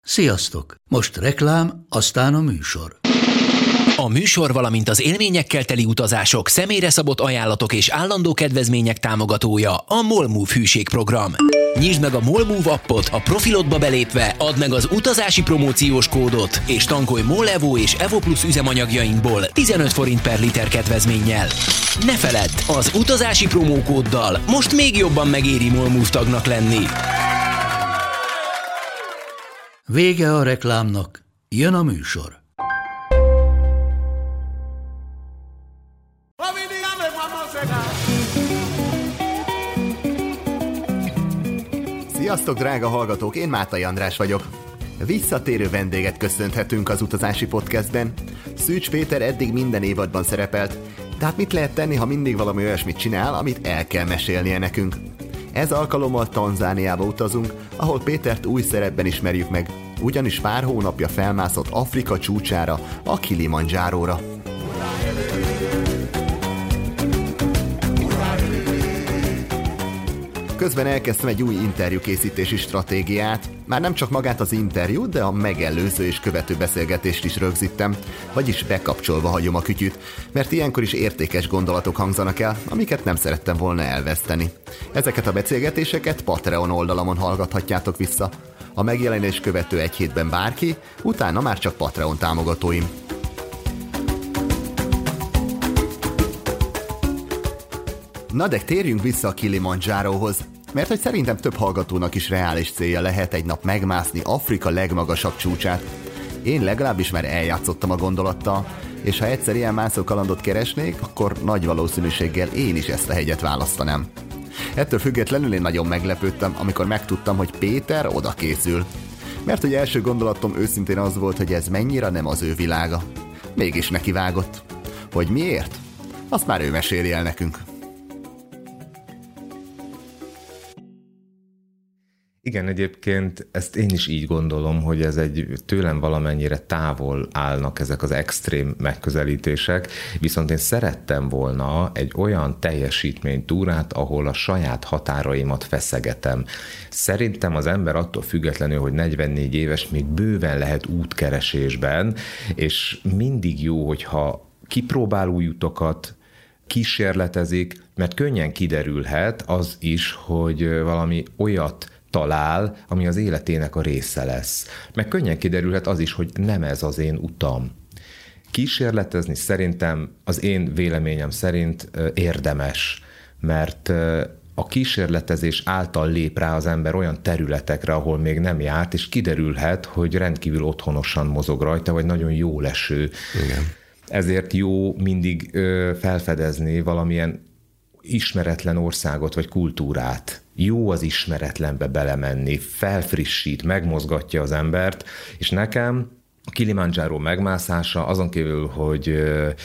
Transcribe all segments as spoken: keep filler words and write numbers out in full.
Sziasztok! Most reklám, aztán a műsor. A műsor, valamint az élményekkel teli utazások, személyre szabott ajánlatok és állandó kedvezmények támogatója a MOLMOVE hűségprogram. Nyisd meg a MOLMOVE appot, a profilodba belépve add meg az utazási promóciós kódot, és tankolj MOL Evo és Evo Plus üzemanyagjainkból tizenöt forint per liter kedvezménnyel. Ne feledd, az utazási promókóddal most még jobban megéri MOLMOVE tagnak lenni. Vége a reklámnak, jön a műsor. Sziasztok, drága hallgatók, én Mátai András vagyok. Visszatérő vendéget köszönhetünk az utazási podcastben. Szűcs Péter eddig minden évadban szerepelt, de hát mit lehet tenni, ha mindig valami olyasmit csinál, amit el kell mesélnie nekünk. Ez alkalommal Tanzániába utazunk, ahol Pétert új szerepben ismerjük meg, ugyanis pár hónapja felmászott Afrika csúcsára, a Kilimanjáróra. Közben elkezdtem egy új interjúkészítési stratégiát. Már nem csak magát az interjút, de a megelőző és követő beszélgetést is rögzítem, vagyis bekapcsolva hagyom a kütyűt, mert ilyenkor is értékes gondolatok hangzanak el, amiket nem szerettem volna elveszteni. Ezeket a beszélgetéseket Patreon oldalamon hallgathatjátok vissza. A megjelenés követő egy hétben bárki, utána már csak Patreon támogatóim. Na de térjünk vissza a Kilimanjáróhoz, mert hogy szerintem több hallgatónak is reális célja lehet egy nap megmászni Afrika legmagasabb csúcsát. Én legalábbis már eljátszottam a gondolattal, és ha egyszer ilyen mászó kalandot keresnék, akkor nagy valószínűséggel én is ezt a hegyet választanám. Ettől függetlenül én nagyon meglepődtem, amikor megtudtam, hogy Péter oda készül. Mert hogy első gondolatom őszintén az volt, hogy ez mennyire nem az ő világa. Mégis neki vágott. Hogy miért? Azt már ő meséli el nekünk. Igen, egyébként ezt én is így gondolom, hogy ez egy tőlem valamennyire távol állnak ezek az extrém megközelítések, viszont én szerettem volna egy olyan teljesítménytúrát, ahol a saját határaimat feszegetem. Szerintem az ember attól függetlenül, hogy negyvennégy éves, még bőven lehet útkeresésben, és mindig jó, hogyha kipróbál új utakat, kísérletezik, mert könnyen kiderülhet az is, hogy valami olyat talál, ami az életének a része lesz. Meg könnyen kiderülhet az is, hogy nem ez az én utam. Kísérletezni szerintem az én véleményem szerint érdemes, mert a kísérletezés által lép rá az ember olyan területekre, ahol még nem járt, és kiderülhet, hogy rendkívül otthonosan mozog rajta, vagy nagyon jó leső. Igen. Ezért jó mindig felfedezni valamilyen ismeretlen országot vagy kultúrát. Jó az ismeretlenbe belemenni, felfrissít, megmozgatja az embert, és nekem a Kilimanjáró megmászása azon kívül, hogy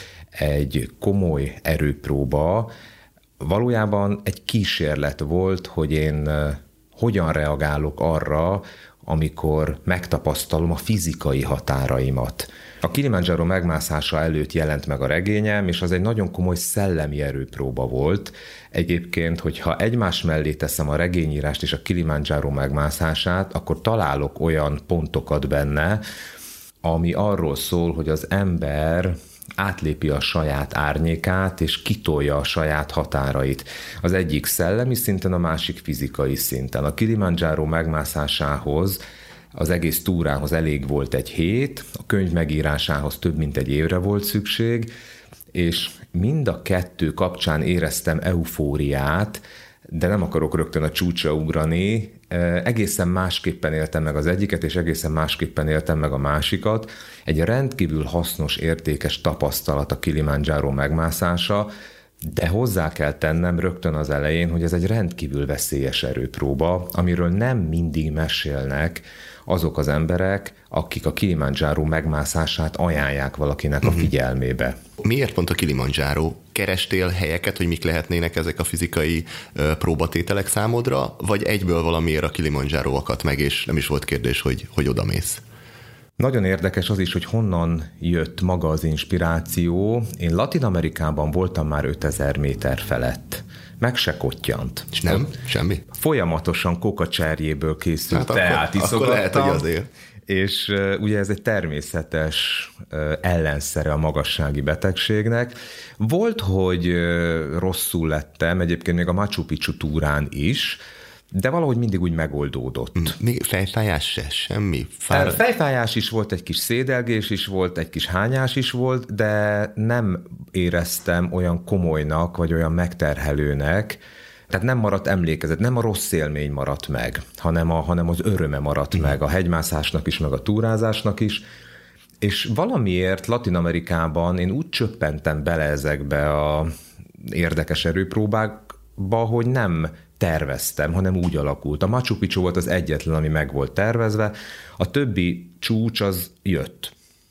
egy komoly erőpróba, valójában egy kísérlet volt, hogy én hogyan reagálok arra, amikor megtapasztalom a fizikai határaimat. A Kilimanjáró megmászása előtt jelent meg a regényem, és az egy nagyon komoly szellemi erőpróba volt. Egyébként, hogyha egymás mellé teszem a regényírást és a Kilimanjáró megmászását, akkor találok olyan pontokat benne, ami arról szól, hogy az ember átlépi a saját árnyékát, és kitolja a saját határait. Az egyik szellemi szinten, a másik fizikai szinten. A Kilimanjáró megmászásához, az egész túrához elég volt egy hét, a könyv megírásához több mint egy évre volt szükség, és mind a kettő kapcsán éreztem eufóriát, de nem akarok rögtön a csúcsra ugrani, egészen másképpen éltem meg az egyiket, és egészen másképpen éltem meg a másikat. Egy rendkívül hasznos, értékes tapasztalat a Kilimanjáró megmászása, de hozzá kell tennem rögtön az elején, hogy ez egy rendkívül veszélyes erőpróba, amiről nem mindig mesélnek azok az emberek, akik a Kilimanjáró megmászását ajánlják valakinek a figyelmébe. Miért pont a Kilimanjáró? Kerestél helyeket, hogy mik lehetnének ezek a fizikai ö, próbatételek számodra, vagy egyből valamiért a Kilimanjáró akadt meg, és nem is volt kérdés, hogy, hogy odamész? Nagyon érdekes az is, hogy honnan jött maga az inspiráció. Én Latin-Amerikában voltam már ötezer méter felett. Meg se kottyant. És nem? Semmi? Folyamatosan kokacserjéből készült hát teát iszogattam. Akkor lehet, hogy azért. És ugye ez egy természetes ellenszere a magassági betegségnek. Volt, hogy rosszul lettem, egyébként még a Machu Picchu túrán is, de valahogy mindig úgy megoldódott. Még fejfájás se? Semmi? Fára... Fejfájás is volt, egy kis szédelgés is volt, egy kis hányás is volt, de nem éreztem olyan komolynak, vagy olyan megterhelőnek, tehát nem maradt emlékezet, nem a rossz élmény maradt meg, hanem, a, hanem az öröme maradt meg, a hegymászásnak is, meg a túrázásnak is. És valamiért Latin-Amerikában én úgy csöppentem bele ezekbe a érdekes erőpróbákba, hogy nem terveztem, hanem úgy alakult. A Machu Picchu volt az egyetlen, ami meg volt tervezve, a többi csúcs az jött.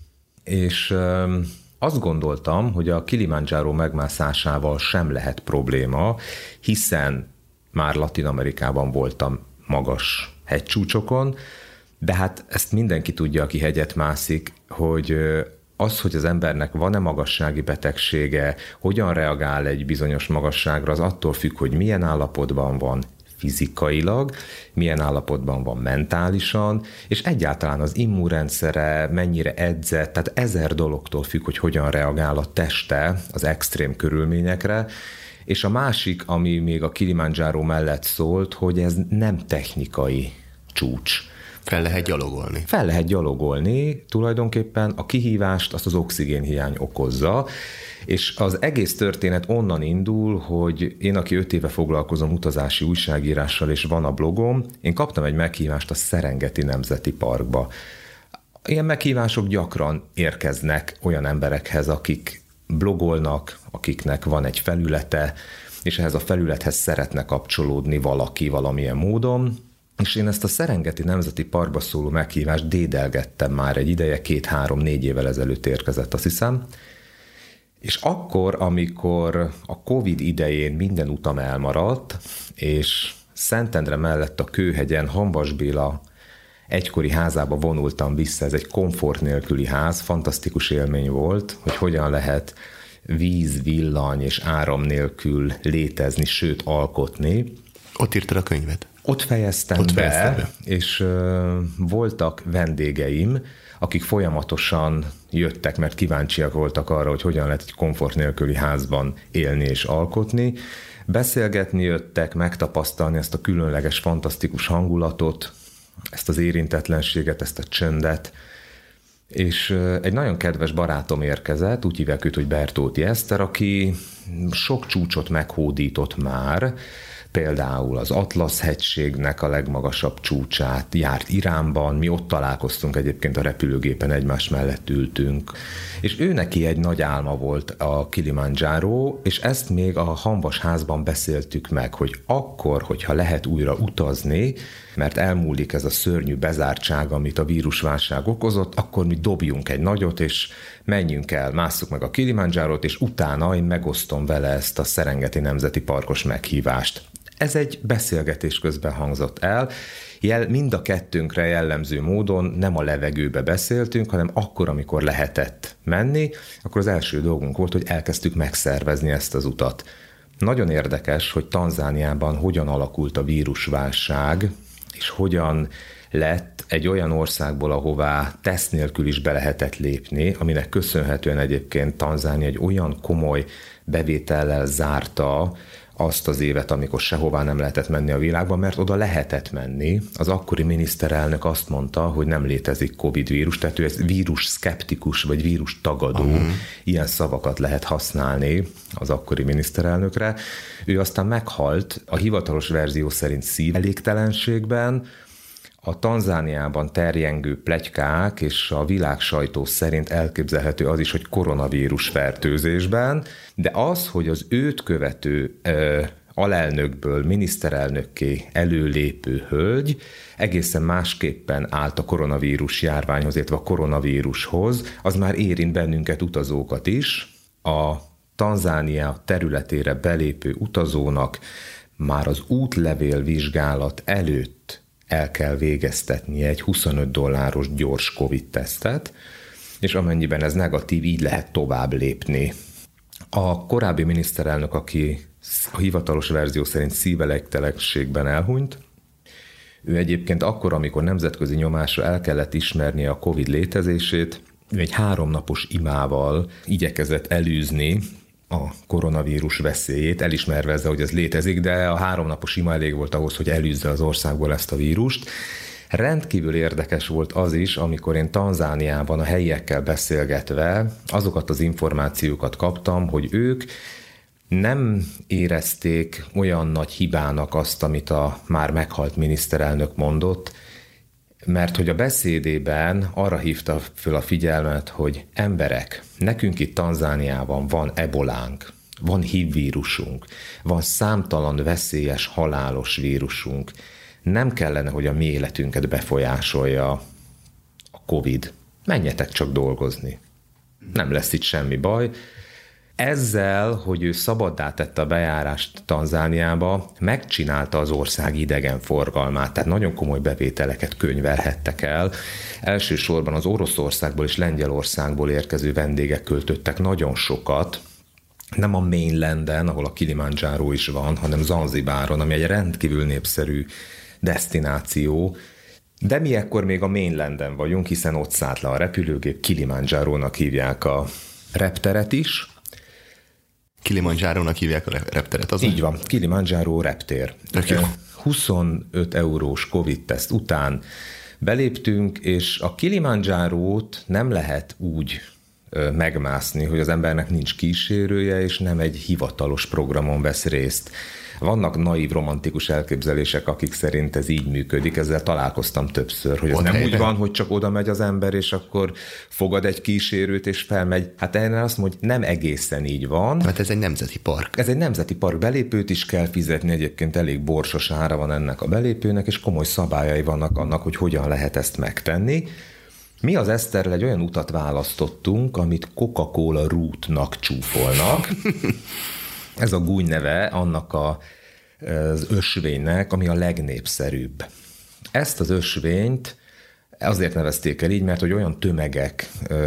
És ö, azt gondoltam, hogy a Kilimanjaro megmászásával sem lehet probléma, hiszen már Latin-Amerikában voltam magas hegycsúcsokon, de hát ezt mindenki tudja, aki hegyet mászik, hogy az, hogy az embernek van-e magassági betegsége, hogyan reagál egy bizonyos magasságra, az attól függ, hogy milyen állapotban van fizikailag, milyen állapotban van mentálisan, és egyáltalán az immunrendszere, mennyire edzett, tehát ezer dologtól függ, hogy hogyan reagál a teste az extrém körülményekre, és a másik, ami még a Kilimanjaro mellett szólt, hogy ez nem technikai csúcs. Fel lehet gyalogolni. Fel lehet gyalogolni, tulajdonképpen a kihívást azt az oxigénhiány okozza, és az egész történet onnan indul, hogy én, aki öt éve foglalkozom utazási újságírással, és van a blogom, én kaptam egy meghívást a Serengeti Nemzeti Parkba. Ilyen meghívások gyakran érkeznek olyan emberekhez, akik blogolnak, akiknek van egy felülete, és ehhez a felülethez szeretne kapcsolódni valaki valamilyen módon, és én ezt a Serengeti Nemzeti Parkba szóló meghívást dédelgettem már egy ideje, két-három-négy évvel ezelőtt érkezett, azt hiszem. És akkor, amikor a Covid idején minden utam elmaradt, és Szentendre mellett a Kőhegyen Hamvas Béla egykori házába vonultam vissza, ez egy komfort nélküli ház, fantasztikus élmény volt, hogy hogyan lehet víz, villany és áram nélkül létezni, sőt alkotni. Ott írtad a könyvet? Ott fejeztem Ott be, be, és uh, voltak vendégeim, akik folyamatosan jöttek, mert kíváncsiak voltak arra, hogy hogyan lehet egy komfort nélküli házban élni és alkotni. Beszélgetni jöttek, megtapasztalni ezt a különleges, fantasztikus hangulatot, ezt az érintetlenséget, ezt a csöndet. És uh, egy nagyon kedves barátom érkezett, úgy hívják őt, hogy Bertóti Eszter, aki sok csúcsot meghódított már, például az Atlasz-hegységnek a legmagasabb csúcsát, járt Iránban, mi ott találkoztunk egyébként a repülőgépen, egymás mellett ültünk, és ő neki egy nagy álma volt a Kilimanjaro, és ezt még a Hamvas házban beszéltük meg, hogy akkor, hogyha lehet újra utazni, mert elmúlik ez a szörnyű bezártság, amit a vírusválság okozott, akkor mi dobjunk egy nagyot, és menjünk el, másszuk meg a Kilimanjarot, és utána én megosztom vele ezt a Serengeti Nemzeti Parkos meghívást. Ez egy beszélgetés közben hangzott el, Jel, mind a kettőnkre jellemző módon nem a levegőbe beszéltünk, hanem akkor, amikor lehetett menni, akkor az első dolgunk volt, hogy elkezdtük megszervezni ezt az utat. Nagyon érdekes, hogy Tanzániában hogyan alakult a vírusválság, és hogyan lett egy olyan országból, ahová teszt nélkül is be lehetett lépni, aminek köszönhetően egyébként Tanzánia egy olyan komoly bevétellel zárta azt az évet, amikor sehová nem lehetett menni a világban, mert oda lehetett menni. Az akkori miniszterelnök azt mondta, hogy nem létezik Covid vírus, tehát ő ez vírus szkeptikus, vagy vírus tagadó, uh-huh. ilyen szavakat lehet használni az akkori miniszterelnökre. Ő aztán meghalt, a hivatalos verzió szerint szívelégtelenségben, a Tanzániában terjengő pletykák és a világ sajtó szerint elképzelhető az is, hogy koronavírus fertőzésben, de az, hogy az őt követő ö, alelnökből miniszterelnökké előlépő hölgy egészen másképpen állt a koronavírus járványhoz, illetve a koronavírushoz, az már érint bennünket utazókat is. A Tanzánia területére belépő utazónak már az útlevél vizsgálat előtt el kell végeztetnie egy huszonöt dolláros gyors Covid-tesztet, és amennyiben ez negatív, így lehet tovább lépni. A korábbi miniszterelnök, aki a hivatalos verzió szerint szívelégtelenségben elhunyt, Ő egyébként akkor, amikor nemzetközi nyomásra el kellett ismernie a Covid létezését, ő egy háromnapos imával igyekezett elűzni a koronavírus veszélyét, elismerve ezzel, hogy ez létezik, de a háromnapos ima elég volt ahhoz, hogy elűzze az országból ezt a vírust. Rendkívül érdekes volt az is, amikor én Tanzániában a helyiekkel beszélgetve azokat az információkat kaptam, hogy ők nem érezték olyan nagy hibának azt, amit a már meghalt miniszterelnök mondott, mert hogy a beszédében arra hívta föl a figyelmet, hogy emberek, nekünk itt Tanzániában van ebolánk, van hív vírusunk, van számtalan veszélyes, halálos vírusunk. Nem kellene, hogy a mi életünket befolyásolja a Covid. Menjetek csak dolgozni. Nem lesz itt semmi baj. Ezzel, hogy ő szabaddá tette a bejárást Tanzániába, megcsinálta az ország idegenforgalmát, tehát nagyon komoly bevételeket könyvelhettek el. Elsősorban az Oroszországból és Lengyelországból érkező vendégek költöttek nagyon sokat, nem a mainlanden, ahol a Kilimanjaro is van, hanem Zanzibáron, ami egy rendkívül népszerű desztináció, de mi ekkor még a mainlanden vagyunk, hiszen ott szállt le a repülőgép, Kilimanjárónak hívják a repteret is. Kilimanjárónak hívják a repteret, azon? Így van, Kilimanjaro reptér. huszonöt eurós Covid-teszt után beléptünk, és a Kilimanjárót nem lehet úgy megmászni, hogy az embernek nincs kísérője, és nem egy hivatalos programon vesz részt. Vannak naív, romantikus elképzelések, akik szerint ez így működik, ezzel találkoztam többször, hogy ez ott nem helyben úgy van, hogy csak oda megy az ember, és akkor fogad egy kísérőt, és felmegy. Hát erre azt mondja, hogy nem egészen így van. Mert ez egy nemzeti park. Ez egy nemzeti park, belépőt is kell fizetni, egyébként elég borsos ára van ennek a belépőnek, és komoly szabályai vannak annak, hogy hogyan lehet ezt megtenni. Mi az Eszterrel egy olyan utat választottunk, amit Coca-Cola Route-nak csúfolnak. Ez a gúny neve annak a, az ösvénynek, ami a legnépszerűbb. Ezt az ösvényt azért nevezték el így, mert hogy olyan tömegek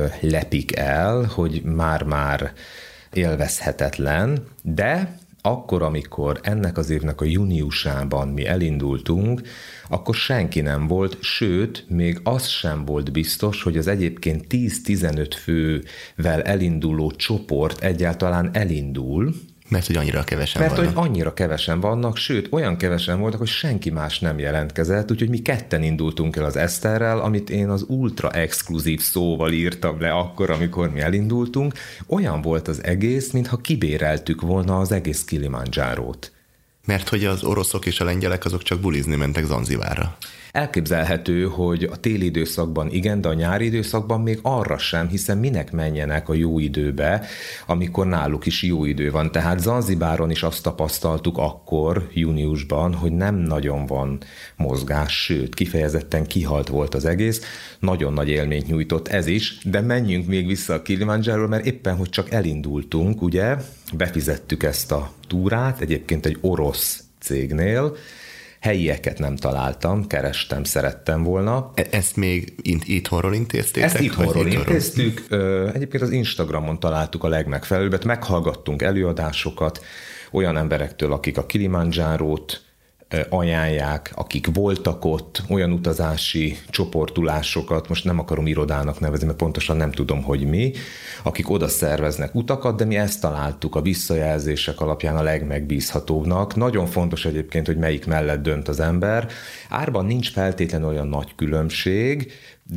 lepik el, hogy már-már élvezhetetlen, de akkor, amikor ennek az évnek a júniusában mi elindultunk, akkor senki nem volt, sőt, még az sem volt biztos, hogy az egyébként tíz-tizenöt fővel elinduló csoport egyáltalán elindul. Mert hogy annyira kevesen Mert vannak. hogy annyira kevesen vannak, sőt, olyan kevesen voltak, hogy senki más nem jelentkezett, úgyhogy mi ketten indultunk el az Eszterrel, amit én az ultra exkluzív szóval írtam le akkor, amikor mi elindultunk. Olyan volt az egész, mintha kibéreltük volna az egész Kilimanjárót. Mert hogy az oroszok és a lengyelek azok csak bulizni mentek Zanzibárra. Elképzelhető, hogy a téli időszakban igen, de a nyári időszakban még arra sem, hiszen minek menjenek a jó időbe, amikor náluk is jó idő van. Tehát Zanzibáron is azt tapasztaltuk akkor, júniusban, hogy nem nagyon van mozgás, sőt, kifejezetten kihalt volt az egész. Nagyon nagy élményt nyújtott ez is, de menjünk még vissza a Kilimanjáróra, mert éppen, hogy csak elindultunk, ugye, befizettük ezt a túrát, egyébként egy orosz cégnél, helyieket nem találtam, kerestem, szerettem volna. E- ezt még itthonról intéztétek? Ezt itthonról intéztük. Egyébként az Instagramon találtuk a legmegfelelőbbet, meghallgattunk előadásokat olyan emberektől, akik a Kilimanjárót ajánlják, akik voltak ott, olyan utazási csoportulásokat, most nem akarom irodának nevezni, mert pontosan nem tudom, hogy mi, akik oda szerveznek utakat, de mi ezt találtuk a visszajelzések alapján a legmegbízhatóbbnak. Nagyon fontos egyébként, hogy melyik mellett dönt az ember. Árban nincs feltétlenül olyan nagy különbség,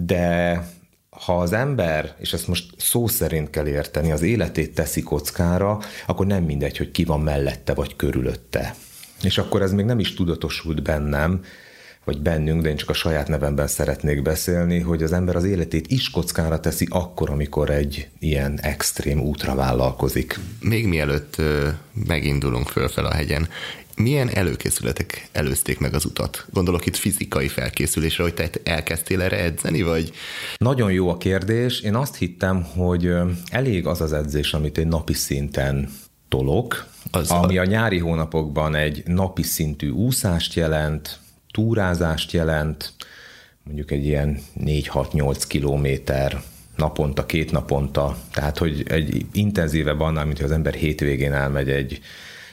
de ha az ember, és ezt most szó szerint kell érteni, az életét teszi kockára, akkor nem mindegy, hogy ki van mellette vagy körülötte. És akkor ez még nem is tudatosult bennem, vagy bennünk, de én csak a saját nevemben szeretnék beszélni, hogy az ember az életét is kockára teszi akkor, amikor egy ilyen extrém útra vállalkozik. Még mielőtt ö, megindulunk fölfel a hegyen, milyen előkészületek előzték meg az utat? Gondolok itt fizikai felkészülésre, hogy te elkezdtél erre edzeni, vagy? Nagyon jó a kérdés. Én azt hittem, hogy elég az az edzés, amit egy napi szinten tolok, az ami a nyári hónapokban egy napi szintű úszást jelent, túrázást jelent, mondjuk egy ilyen négy-hat-nyolc kilométer naponta, két naponta, tehát hogy egy intenzívebb annál, mint hogy az ember hétvégén elmegy egy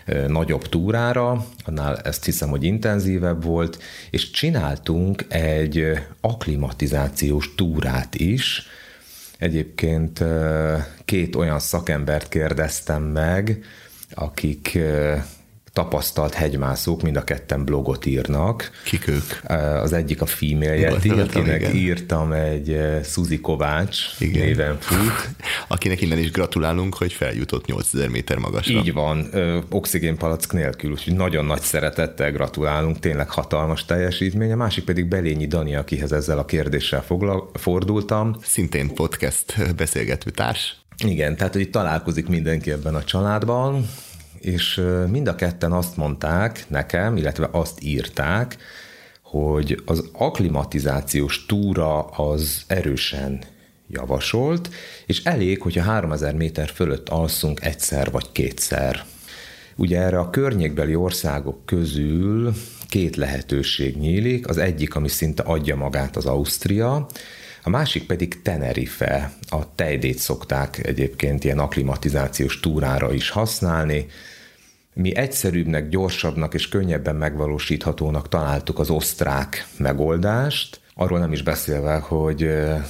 nagyobb túrára, annál ezt hiszem, hogy intenzívebb volt, és csináltunk egy akklimatizációs túrát is. Egyébként két olyan szakembert kérdeztem meg, akik tapasztalt hegymászók, mind a ketten blogot írnak. Kik ők? Az egyik a Female Yeti, akinek igen. írtam egy Suzi Kovács igen. néven fut. Akinek innen is gratulálunk, hogy feljutott nyolcezer méter magasra. Így van, oxigénpalack nélkül, úgyhogy nagyon nagy szeretettel gratulálunk, tényleg hatalmas teljesítmény. A másik pedig Belényi Dani, akihez ezzel a kérdéssel fogla- fordultam. Szintén podcast beszélgető társ. Igen, tehát hogy itt találkozik mindenki ebben a családban, és mind a ketten azt mondták nekem, illetve azt írták, hogy az akklimatizációs túra az erősen javasolt, és elég, hogyha háromezer méter fölött alszunk egyszer vagy kétszer. Ugye erre a környékbeli országok közül két lehetőség nyílik, az egyik, ami szinte adja magát, az Ausztria, a másik pedig Tenerife. A Teidét szokták egyébként ilyen akklimatizációs túrára is használni. Mi egyszerűbbnek, gyorsabbnak és könnyebben megvalósíthatónak találtuk az osztrák megoldást, arról nem is beszélve, hogy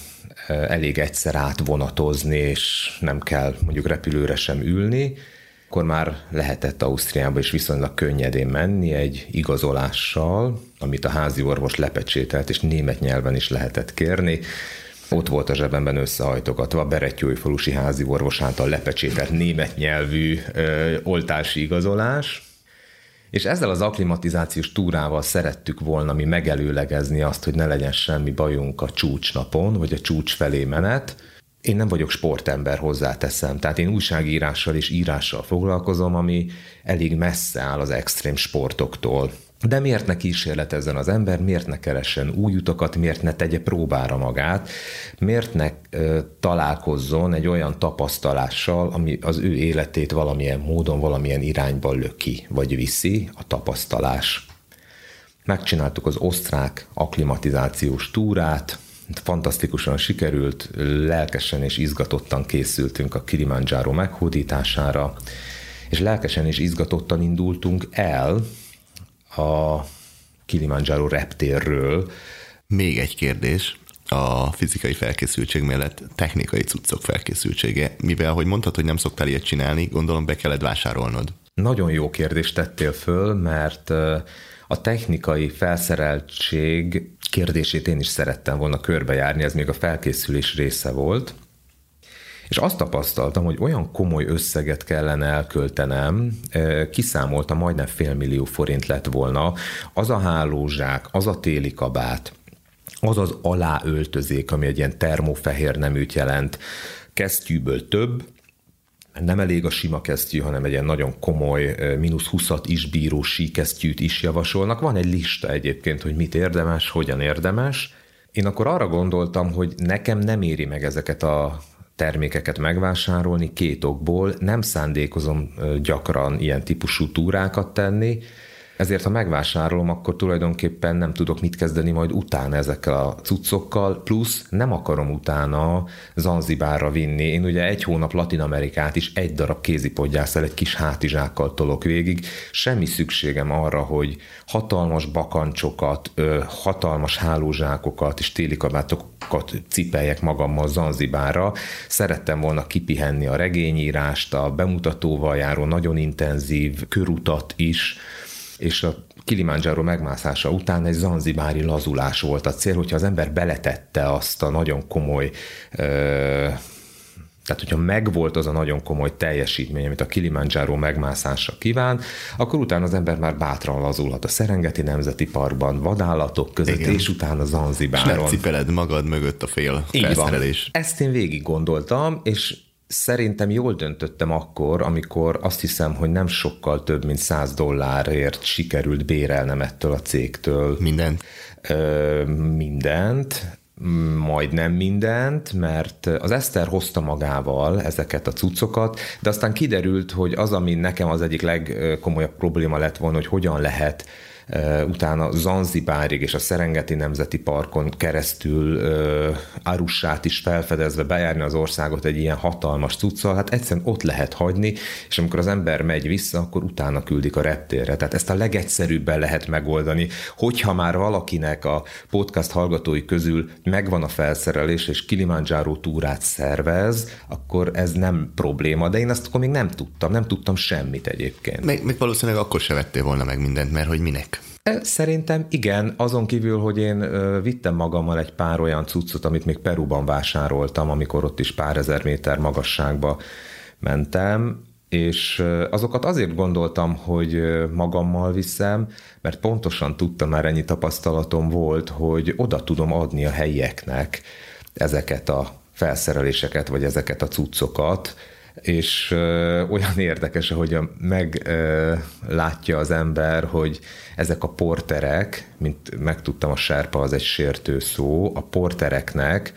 elég egyszer átvonatozni, és nem kell mondjuk repülőre sem ülni, akkor már lehetett Ausztriába is viszonylag könnyedén menni egy igazolással, amit a házi orvos lepecsételt, és német nyelven is lehetett kérni. Ott volt a zsebemben összehajtogatva a Berettyói-falusi házi orvos által lepecsételt német nyelvű ö, oltási igazolás, és ezzel az akklimatizációs túrával szerettük volna mi megelőlegezni azt, hogy ne legyen semmi bajunk a csúcsnapon, vagy a csúcs felé menet. Én nem vagyok sportember, hozzáteszem, tehát én újságírással és írással foglalkozom, ami elég messze áll az extrém sportoktól. De miért ne kísérletezzen az ember, miért ne keressen új utakat, miért ne tegye próbára magát, miért ne ö, találkozzon egy olyan tapasztalással, ami az ő életét valamilyen módon, valamilyen irányba löki, vagy viszi a tapasztalás. Megcsináltuk az osztrák akklimatizációs túrát, fantasztikusan sikerült, lelkesen és izgatottan készültünk a Kilimanjaro meghódítására, és lelkesen és izgatottan indultunk el a Kilimanjaro reptérről. Még egy kérdés, a fizikai felkészültség mellett technikai cuccok felkészültsége, mivel, ahogy mondtad, hogy nem szoktál ilyet csinálni, gondolom be kellett vásárolnod. Nagyon jó kérdést tettél föl, mert a technikai felszereltség kérdését én is szerettem volna körbejárni, ez még a felkészülés része volt. És azt tapasztaltam, hogy olyan komoly összeget kellene elköltenem, kiszámoltam, majdnem félmillió forint lett volna, az a hálózsák, az a téli kabát, az az aláöltözék, ami egy ilyen termofehér neműt jelent, kesztyűből több, nem elég a sima kesztyű, hanem egy ilyen nagyon komoly, mínusz húszat is bíró síkesztyűt is javasolnak. Van egy lista egyébként, hogy mit érdemes, hogyan érdemes. Én akkor arra gondoltam, hogy nekem nem éri meg ezeket a termékeket megvásárolni két okból, nem szándékozom gyakran ilyen típusú túrákat tenni, ezért ha megvásárolom, akkor tulajdonképpen nem tudok mit kezdeni majd utána ezekkel a cuccokkal, plusz nem akarom utána Zanzibárra vinni. Én ugye egy hónap Latin-Amerikát is egy darab kézipodgyásszal, egy kis hátizsákkal tolok végig. Semmi szükségem arra, hogy hatalmas bakancsokat, hatalmas hálózsákokat és téli kabátokat cipeljek magammal Zanzibárra. Szerettem volna kipihenni a regényírást, a bemutatóval járó nagyon intenzív körutat is, és a Kilimanjaro megmászása után egy zanzibári lazulás volt a cél, hogyha az ember beletette azt a nagyon komoly, ö, tehát hogyha megvolt az a nagyon komoly teljesítmény, amit a Kilimanjaro megmászása kíván, akkor utána az ember már bátran lazulhat a Serengeti Nemzeti Parkban, vadállatok között, igen, és utána Zanzibáron. És nem cipeled magad mögött a fél felszerelés. Ezt én végig gondoltam, és szerintem jól döntöttem akkor, amikor azt hiszem, hogy nem sokkal több, mint száz dollárért sikerült bérelnem ettől a cégtől. Mindent? Ö, mindent, majdnem mindent, mert az Eszter hozta magával ezeket a cuccokat, de aztán kiderült, hogy az, ami nekem az egyik legkomolyabb probléma lett volna, hogy hogyan lehet utána Zanzibárig és a Serengeti Nemzeti Parkon keresztül Arussát is felfedezve bejárni az országot egy ilyen hatalmas cuccal, hát egyszerűen ott lehet hagyni, és amikor az ember megy vissza, akkor utána küldik a reptérre. Tehát ezt a legegyszerűbben lehet megoldani, hogyha már valakinek a podcast hallgatói közül megvan a felszerelés, és Kilimanjaro túrát szervez, akkor ez nem probléma, de én ezt akkor még nem tudtam, nem tudtam semmit egyébként. Még, még valószínűleg akkor se vettél volna meg mindent, mert hogy minek? Szerintem igen, azon kívül, hogy én vittem magammal egy pár olyan cuccot, amit még Peruban vásároltam, amikor ott is pár ezer méter magasságba mentem, és azokat azért gondoltam, hogy magammal viszem, mert pontosan tudtam, már ennyi tapasztalatom volt, hogy oda tudom adni a helyieknek ezeket a felszereléseket, vagy ezeket a cuccokat, és ö, olyan érdekes, ahogy meglátja az ember, hogy ezek a porterek, mint megtudtam, a serpa az egy sértő szó, a portereknek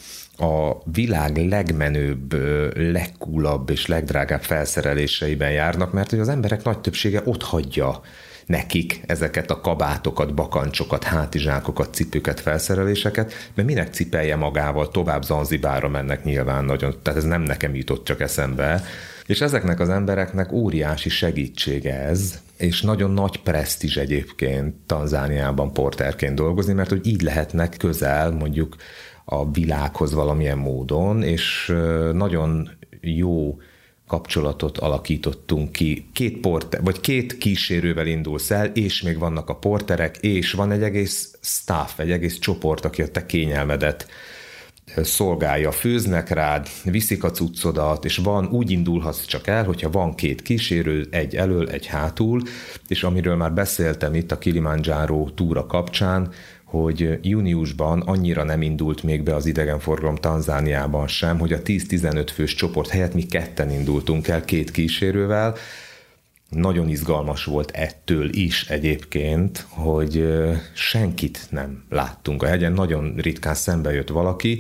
a világ legmenőbb, legkúlabb és legdrágább felszereléseiben járnak, mert hogy az emberek nagy többsége ott hagyja nekik ezeket a kabátokat, bakancsokat, hátizsákokat, cipőket, felszereléseket, mert minek cipelje magával, tovább Zanzibárra mennek nyilván nagyon, tehát ez nem nekem jutott csak eszembe. És ezeknek az embereknek óriási segítsége ez, és nagyon nagy presztízs egyébként Tanzániában porterként dolgozni, mert hogy így lehetnek közel mondjuk a világhoz valamilyen módon, és nagyon jó kapcsolatot alakítottunk ki. Két porter, vagy két kísérővel indulsz el, és még vannak a porterek, és van egy egész staff, egy egész csoport, aki a te kényelmedet szolgálja, főznek rád, viszik a cuccodat, és van, úgy indulhatsz csak el, hogyha van két kísérő, egy elől, egy hátul, és amiről már beszéltem itt a Kilimanjaro túra kapcsán, hogy júniusban annyira nem indult még be az idegenforgalom Tanzániában sem, hogy a tíz-tizenöt fős csoport helyett mi ketten indultunk el két kísérővel. Nagyon izgalmas volt ettől is egyébként, hogy senkit nem láttunk a hegyen, nagyon ritkán szembe jött valaki,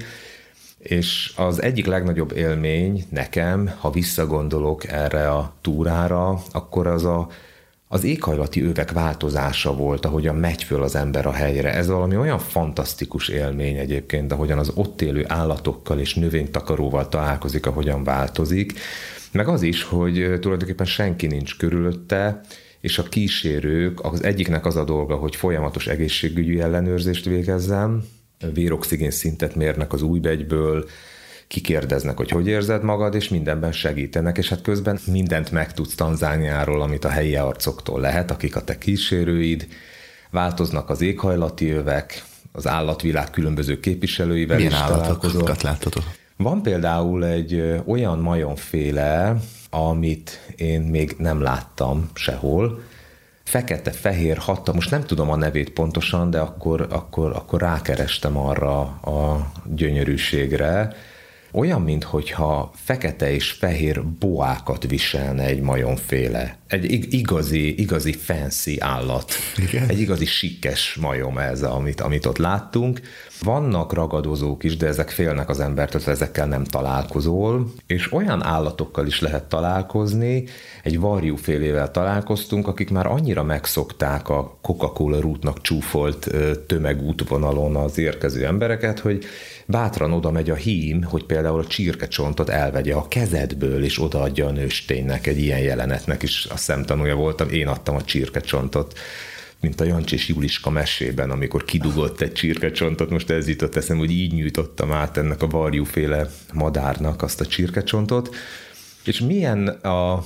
és az egyik legnagyobb élmény nekem, ha visszagondolok erre a túrára, akkor az a az éghajlati övek változása volt, ahogyan megy föl az ember a helyre. Ez valami olyan fantasztikus élmény egyébként, ahogyan az ott élő állatokkal és növénytakaróval találkozik, ahogyan változik. Meg az is, hogy tulajdonképpen senki nincs körülötte, és a kísérők, az egyiknek az a dolga, hogy folyamatos egészségügyi ellenőrzést végezzen, véroxigén szintet mérnek az ujjbegyből, kikérdeznek, hogy hogy érzed magad, és mindenben segítenek, és hát közben mindent megtudsz Tanzániáról, amit a helyi arcoktól lehet, akik a te kísérőid, változnak az éghajlati övek, az állatvilág különböző képviselőivel milyen is találkozol. állatokat láthatod? Van például egy olyan majomféle, amit én még nem láttam sehol, fekete-fehér hatta, most nem tudom a nevét pontosan, de akkor, akkor, akkor rákerestem arra a gyönyörűségre. Olyan, minthogyha fekete és fehér boákat viselne egy majomféle. Egy igazi, igazi fancy állat. Igen? Egy igazi sikkes majom ez, amit, amit ott láttunk. Vannak ragadozók is, de ezek félnek az embertől, ezekkel nem találkozol. És olyan állatokkal is lehet találkozni, egy varjúfélével találkoztunk, akik már annyira megszokták a Coca-Cola rútnak csúfolt tömegútvonalon az érkező embereket, hogy bátran oda megy a hím, hogy például a csirkecsontot elvegye a kezedből, és odaadja a nősténynek. Egy ilyen jelenetnek is a szemtanúja voltam, én adtam a csirkecsontot, mint a Jancsi és Juliska mesében, amikor kidugott egy csirkecsontot, most ez jutott eszem, hogy így nyújtottam át ennek a varjúféle madárnak azt a csirkecsontot. És milyen a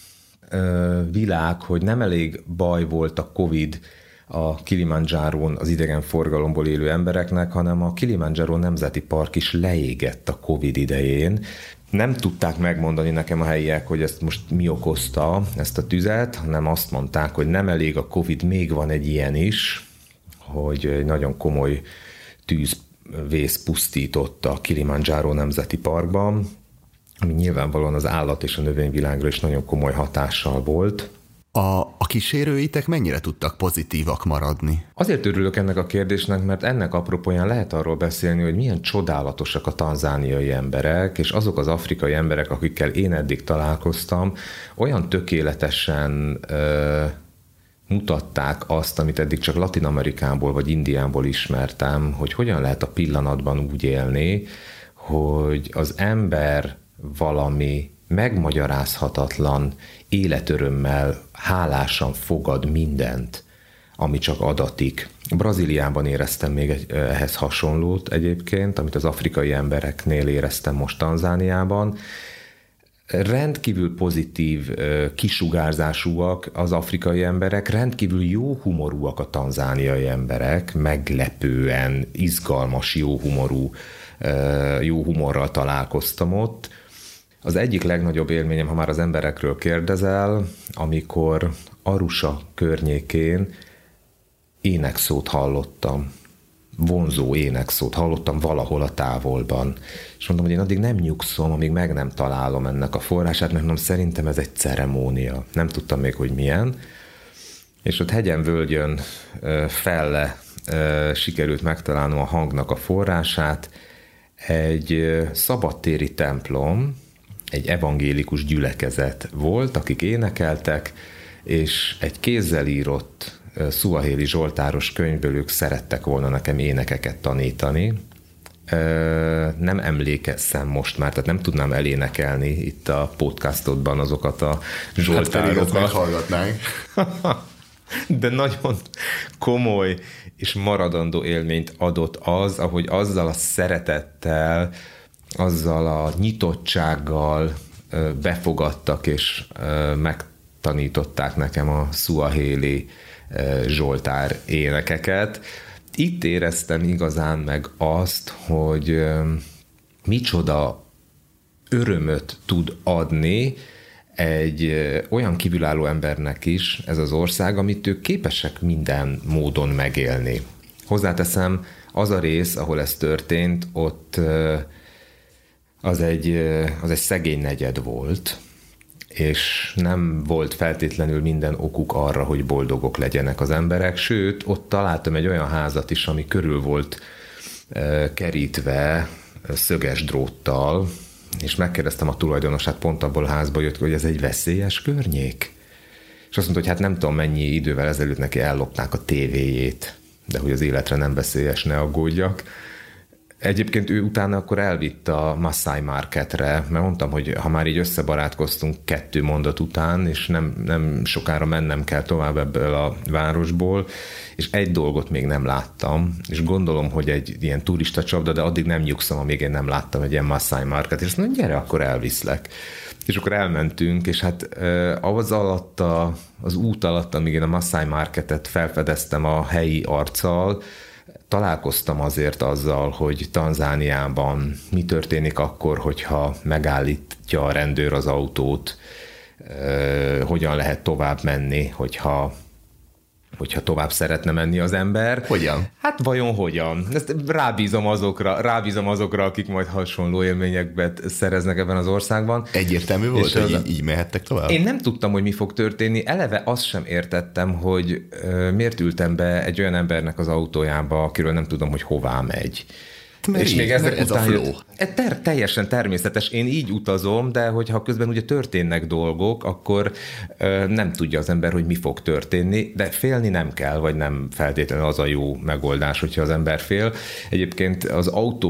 ö, világ, hogy nem elég baj volt a Covid a Kilimanjárón az idegenforgalomból élő embereknek, hanem a Kilimanjaro Nemzeti Park is leégett a Covid idején. Nem tudták megmondani nekem a helyiek, hogy ezt most mi okozta, ezt a tüzet, hanem azt mondták, hogy nem elég a Covid, még van egy ilyen is, hogy egy nagyon komoly tűzvész pusztított a Kilimanjaro Nemzeti Parkban, ami nyilvánvalóan az állat és a növényvilágra is nagyon komoly hatással volt. A, a kísérőitek mennyire tudtak pozitívak maradni? Azért örülök ennek a kérdésnek, mert ennek apropóján lehet arról beszélni, hogy milyen csodálatosak a tanzániai emberek, és azok az afrikai emberek, akikkel én eddig találkoztam, olyan tökéletesen ö, mutatták azt, amit eddig csak Latin-Amerikából vagy Indiából ismertem, hogy hogyan lehet a pillanatban úgy élni, hogy az ember valami megmagyarázhatatlan életörömmel hálásan fogad mindent, ami csak adatik. Brazíliában éreztem még egy, ehhez hasonlót egyébként, amit az afrikai embereknél éreztem most Tanzániában. Rendkívül pozitív kisugárzásúak az afrikai emberek, rendkívül jó humorúak a tanzániai emberek, meglepően izgalmas, jó humorú, jó humorral találkoztam ott. Az egyik legnagyobb élményem, ha már az emberekről kérdezel, amikor Arusha környékén énekszót hallottam, vonzó énekszót hallottam valahol a távolban. És mondom, hogy én addig nem nyugszom, amíg meg nem találom ennek a forrását, mert mondom, szerintem ez egy ceremónia. Nem tudtam még, hogy milyen. És ott hegyen-völgyön felle sikerült megtalálnom a hangnak a forrását. Egy szabadtéri templom, egy evangélikus gyülekezet volt, akik énekeltek, és egy kézzel írott szuahéli zsoltáros könyvből ők szerettek volna nekem énekeket tanítani. Nem emlékeztem most már, tehát nem tudnám elénekelni itt a podcastodban azokat a zsoltárokat. Hát meghallgatnánk. De nagyon komoly és maradandó élményt adott az, ahogy azzal a szeretettel, azzal a nyitottsággal befogadtak és megtanították nekem a szuahéli zsoltár énekeket. Itt éreztem igazán meg azt, hogy micsoda örömöt tud adni egy olyan kívülálló embernek is ez az ország, amit ők képesek minden módon megélni. Hozzáteszem, az a rész, ahol ez történt, ott az egy, az egy szegény negyed volt, és nem volt feltétlenül minden okuk arra, hogy boldogok legyenek az emberek, sőt, ott találtam egy olyan házat is, ami körül volt kerítve szöges dróttal, és megkérdeztem a tulajdonosát, pont abból a házba jött, hogy ez egy veszélyes környék. És azt mondta, hogy hát nem tudom mennyi idővel ezelőtt neki ellopnák a tévéjét, de hogy az életre nem veszélyes, ne aggódjak. Egyébként ő utána akkor elvitt a Masai Marketre, mert mondtam, hogy ha már így összebarátkoztunk kettő mondat után, és nem, nem sokára mennem kell tovább ebből a városból, és egy dolgot még nem láttam, és gondolom, hogy egy ilyen turista csapda, de addig nem nyugszom, amíg én nem láttam egy ilyen Masai Market, és azt mondom, gyere, akkor elviszlek. És akkor elmentünk, és hát az alatt, a, az út alatt, amíg én a Masai Marketet felfedeztem a helyi arccal, találkoztam azért azzal, hogy Tanzániában mi történik akkor, hogyha megállítja a rendőr az autót, hogyan lehet tovább menni, hogyha, hogyha tovább szeretne menni az ember. Hogyan? Hát vajon hogyan? Ezt rábízom azokra, rábízom azokra, akik majd hasonló élményeket szereznek ebben az országban. Egyértelmű volt, hogy így, így mehettek tovább? Én nem tudtam, hogy mi fog történni. Eleve azt sem értettem, hogy uh, miért ültem be egy olyan embernek az autójába, akiről nem tudom, hogy hová megy. Mert és így, még ezek ez után a flow. Jött, ter, teljesen természetes. Én így utazom, de hogyha közben ugye történnek dolgok, akkor ö, nem tudja az ember, hogy mi fog történni, de félni nem kell, vagy nem feltétlenül az a jó megoldás, hogyha az ember fél. Egyébként az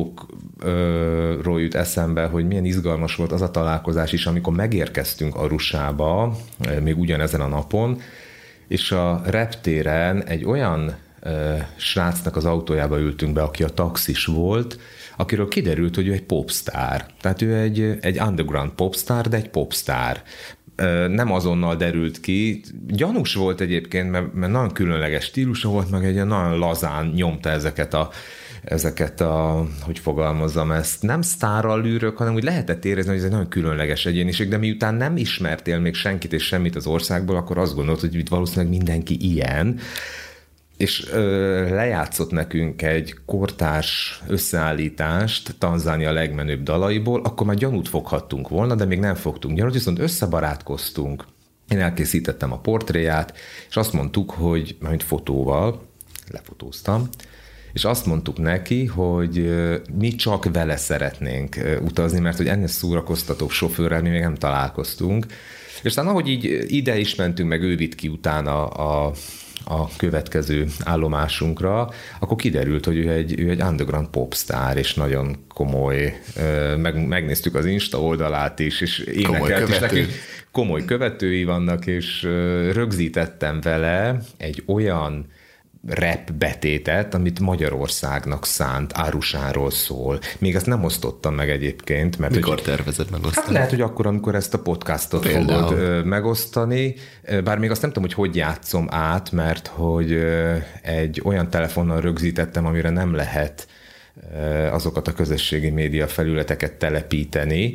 autókról jut eszembe, hogy milyen izgalmas volt az a találkozás is, amikor megérkeztünk Arusába, még ugyanezen a napon, és a reptéren egy olyan srácnak az autójába ültünk be, aki a taxis volt, akiről kiderült, hogy ő egy popstar. Tehát ő egy, egy underground popstar, de egy popstar. Nem azonnal derült ki. Gyanús volt egyébként, mert, mert nagyon különleges stílusa volt, meg egy nagyon lazán nyomta ezeket a ezeket a, hogy fogalmazzam ezt, nem sztárral lűrök, hanem úgy lehetett érezni, hogy ez egy nagyon különleges egyéniség, de miután nem ismertél még senkit és semmit az országból, akkor azt gondolt, hogy itt valószínűleg mindenki ilyen, és ö, lejátszott nekünk egy kortárs összeállítást Tanzánia legmenőbb dalaiból, akkor már gyanút foghattunk volna, de még nem fogtunk gyanút, viszont összebarátkoztunk. Én elkészítettem a portréját, és azt mondtuk, hogy majd fotóval, lefotóztam, és azt mondtuk neki, hogy mi csak vele szeretnénk utazni, mert hogy ennél szórakoztatóbb sofőrrel mi még nem találkoztunk. És aztán ahogy így ide is mentünk, meg ő vitt ki utána a, a következő állomásunkra, akkor kiderült, hogy ő egy, ő egy underground popstar, és nagyon komoly, meg, megnéztük az Insta oldalát is, és énekelt, és neki komoly követői vannak, és rögzítettem vele egy olyan rap betétet, amit Magyarországnak szánt, Árusáról szól. Még ezt nem osztottam meg egyébként. Mert Mikor hogy, tervezed megosztani? Hát lehet, hogy akkor, amikor ezt a podcastot Például. fogod megosztani, bár még azt nem tudom, hogy hogy játszom át, mert hogy egy olyan telefonnal rögzítettem, amire nem lehet azokat a közösségi média felületeket telepíteni,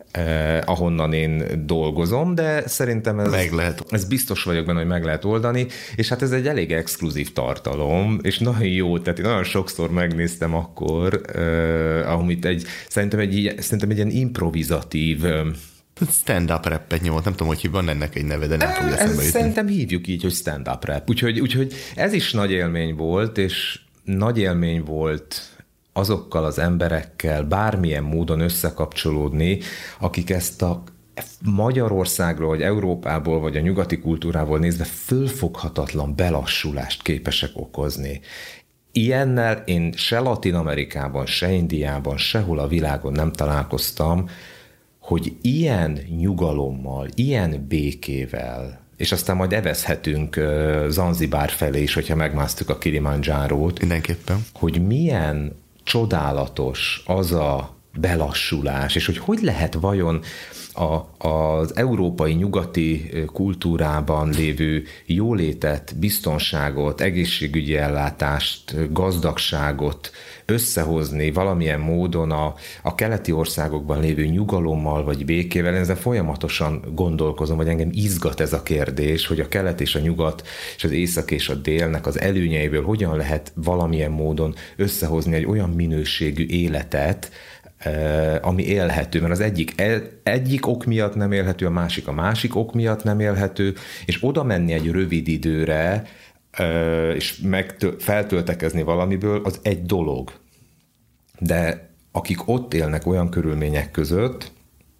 Eh, ahonnan én dolgozom, de szerintem ez, meg lehet. ez biztos vagyok benne, hogy meg lehet oldani, és hát ez egy elég exkluzív tartalom, és nagyon jó, tehát én nagyon sokszor megnéztem akkor, eh, amit egy, szerintem egy, szerintem egy ilyen improvizatív stand-up rappet nyomott, nem tudom, hogy van ennek egy neve, de nem fogja eszembe jutni. Szerintem hívjuk így, hogy stand-up rap. Úgyhogy, úgyhogy ez is nagy élmény volt, és nagy élmény volt azokkal az emberekkel bármilyen módon összekapcsolódni, akik ezt a Magyarországról, vagy Európából, vagy a nyugati kultúrából nézve fölfoghatatlan belassulást képesek okozni. Ilyennel én se Latin-Amerikában, se Indiában, sehol a világon nem találkoztam, hogy ilyen nyugalommal, ilyen békével, és aztán majd evezhetünk Zanzibár felé is, hogyha megmásztuk a Kilimanjárót. Mindenképpen. Hogy milyen csodálatos az a belassulás, és hogy hogy lehet vajon a, az európai nyugati kultúrában lévő jólétet, biztonságot, egészségügyi ellátást, gazdagságot összehozni valamilyen módon a, a keleti országokban lévő nyugalommal vagy békével. Ezzel folyamatosan gondolkozom, hogy engem izgat ez a kérdés, hogy a kelet és a nyugat és az észak és a délnek az előnyeiből hogyan lehet valamilyen módon összehozni egy olyan minőségű életet, ami élhető, mert az egyik, egyik ok miatt nem élhető, a másik a másik ok miatt nem élhető, és oda menni egy rövid időre, és megtö- feltöltekezni valamiből, az egy dolog. De akik ott élnek olyan körülmények között,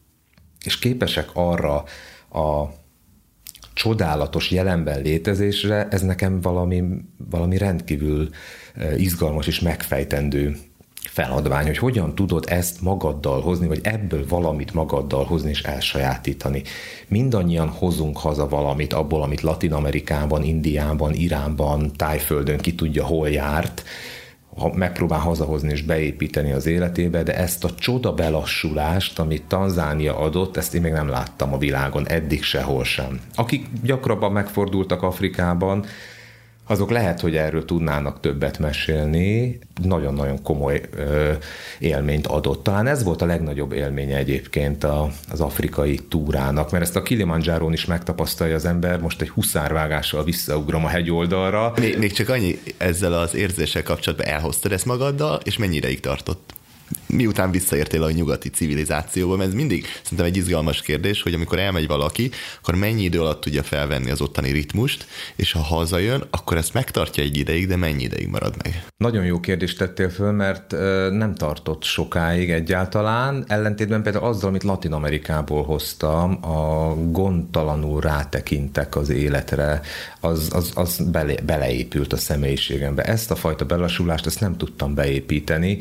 és képesek arra a csodálatos jelenben létezésre, ez nekem valami, valami rendkívül izgalmas és megfejtendő feladvány, hogy hogyan tudod ezt magaddal hozni, vagy ebből valamit magaddal hozni és elsajátítani. Mindannyian hozunk haza valamit abból, amit Latin-Amerikában, Indiában, Iránban, Tájföldön ki tudja, hol járt, ha megpróbál hazahozni és beépíteni az életébe, de ezt a csoda belassulást, amit Tanzánia adott, ezt én még nem láttam a világon, eddig sehol sem. Akik gyakrabban megfordultak Afrikában, azok lehet, hogy erről tudnának többet mesélni, nagyon-nagyon komoly ö, élményt adott. Talán ez volt a legnagyobb élménye egyébként a, az afrikai túrának, mert ezt a Kilimanjárón is megtapasztalja az ember, most egy huszárvágással visszaugrom a hegyoldalra. Még, még csak annyi, ezzel az érzéssel kapcsolatban elhoztad ezt magaddal, és mennyi ideig tartott? Miután visszaértél a nyugati civilizációba, mert ez mindig szerintem egy izgalmas kérdés, hogy amikor elmegy valaki, akkor mennyi idő alatt tudja felvenni az ottani ritmust, és ha hazajön, akkor ezt megtartja egy ideig, de mennyi ideig marad meg? Nagyon jó kérdést tettél föl, mert nem tartott sokáig egyáltalán, ellentétben például azzal, amit Latin-Amerikából hoztam, a gondtalanul rátekintek az életre, az, az, az bele, beleépült a személyiségembe. Ezt a fajta belassulást, ezt nem tudtam beépíteni,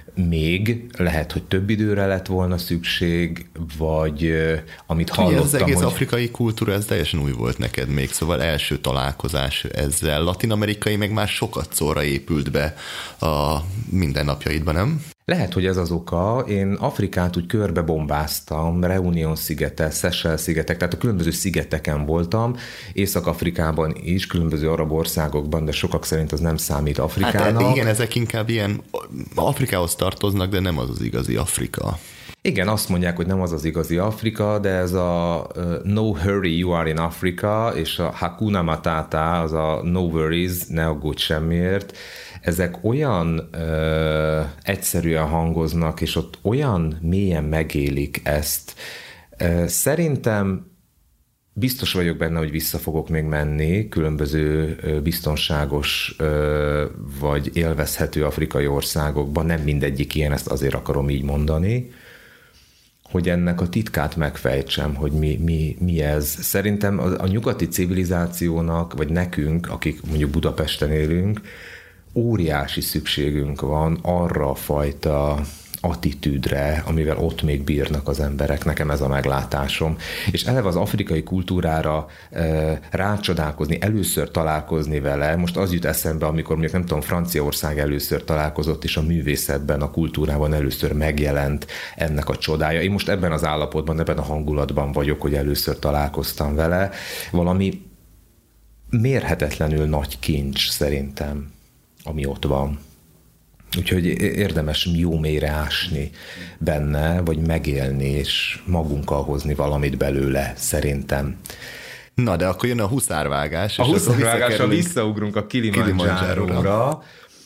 még lehet, hogy több időre lett volna szükség, vagy amit hallottam, ugye ez az egész hogy... afrikai kultúra, ez teljesen új volt neked még, szóval első találkozás ezzel. Latin-amerikai meg már sokat szóra épült be a mindennapjaidban, nem? Lehet, hogy ez az oka. Én Afrikát úgy körbebombáztam, Reunion szigete, Seychelles szigetek, tehát a különböző szigeteken voltam, Észak-Afrikában is, különböző arab országokban, de sokak szerint az nem számít Afrikának. Hát igen, ezek inkább ilyen Afrikához tartoznak, de nem az az igazi Afrika. Igen, azt mondják, hogy nem az az igazi Afrika, de ez a uh, no hurry, you are in Africa, és a Hakuna Matata, az a no worries, ne aggódj semmiért, ezek olyan ö, egyszerűen hangoznak, és ott olyan mélyen megélik ezt. Ö, szerintem Biztos vagyok benne, hogy vissza fogok még menni különböző biztonságos vagy élvezhető afrikai országokban, nem mindegyik ilyen, ezt azért akarom így mondani, hogy ennek a titkát megfejtsem, hogy mi, mi, mi ez. Szerintem a, a nyugati civilizációnak, vagy nekünk, akik mondjuk Budapesten élünk, óriási szükségünk van arra a fajta attitűdre, amivel ott még bírnak az emberek, nekem ez a meglátásom. És eleve az afrikai kultúrára e, rácsodálkozni, először találkozni vele, most az jut eszembe, amikor mondjuk nem tudom, Franciaország először találkozott, és a művészetben, a kultúrában először megjelent ennek a csodája. Én most ebben az állapotban, ebben a hangulatban vagyok, hogy először találkoztam vele. Valami mérhetetlenül nagy kincs szerintem, ami ott van. Úgyhogy érdemes jó mélyre ásni benne, vagy megélni, és magunkkal hozni valamit belőle, szerintem. Na, de akkor jön a huszárvágás. A huszárvágásra visszaugrunk a Kilimanjáróra.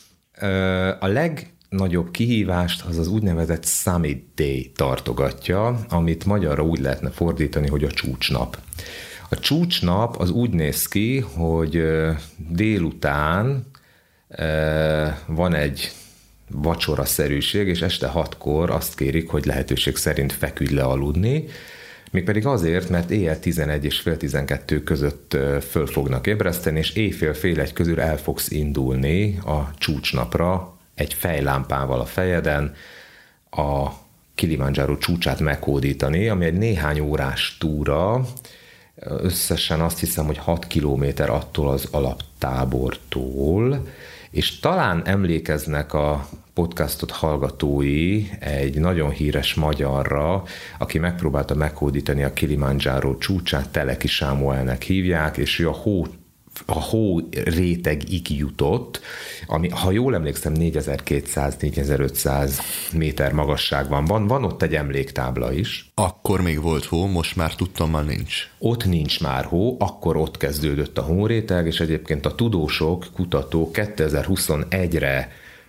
A legnagyobb kihívást az az úgynevezett Summit Day tartogatja, amit magyarra úgy lehetne fordítani, hogy a csúcsnap. A csúcsnap az úgy néz ki, hogy délután van egy vacsoraszerűség, és este hatkor azt kérik, hogy lehetőség szerint feküdj le aludni, mégpedig azért, mert éjjel tizenegy és fél tizenkettő között föl fognak ébreszteni, és éjfél fél egy közül el fogsz indulni a csúcsnapra egy fejlámpával a fejeden, a Kilimanjaro csúcsát meghódítani, ami egy néhány órás túra, összesen azt hiszem, hogy hat kilométer attól az alaptábortól, és talán emlékeznek a podcastot hallgatói egy nagyon híres magyarra, aki megpróbálta meghódítani a Kilimanjaro csúcsát, Teleki Sámuelnek hívják, és ő a hó, a hó rétegig jutott, ami, ha jól emlékszem, négyezer-kétszáz - négyezer-ötszáz méter magasságban van. Van ott egy emléktábla is. Akkor még volt hó, most már tudtam, már nincs. Ott nincs már hó, akkor ott kezdődött a hóréteg, és egyébként a tudósok, kutatók kétezer-huszonegyre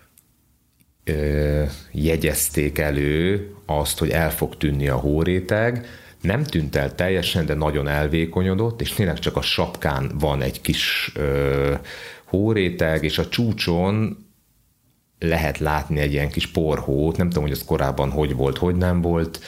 ö, jegyezték elő azt, hogy el fog tűnni a hóréteg. Nem tűnt el teljesen, de nagyon elvékonyodott, és tényleg csak a sapkán van egy kis ö, hóréteg, és a csúcson lehet látni egy ilyen kis porhót, nem tudom, hogy az korábban hogy volt, hogy nem volt,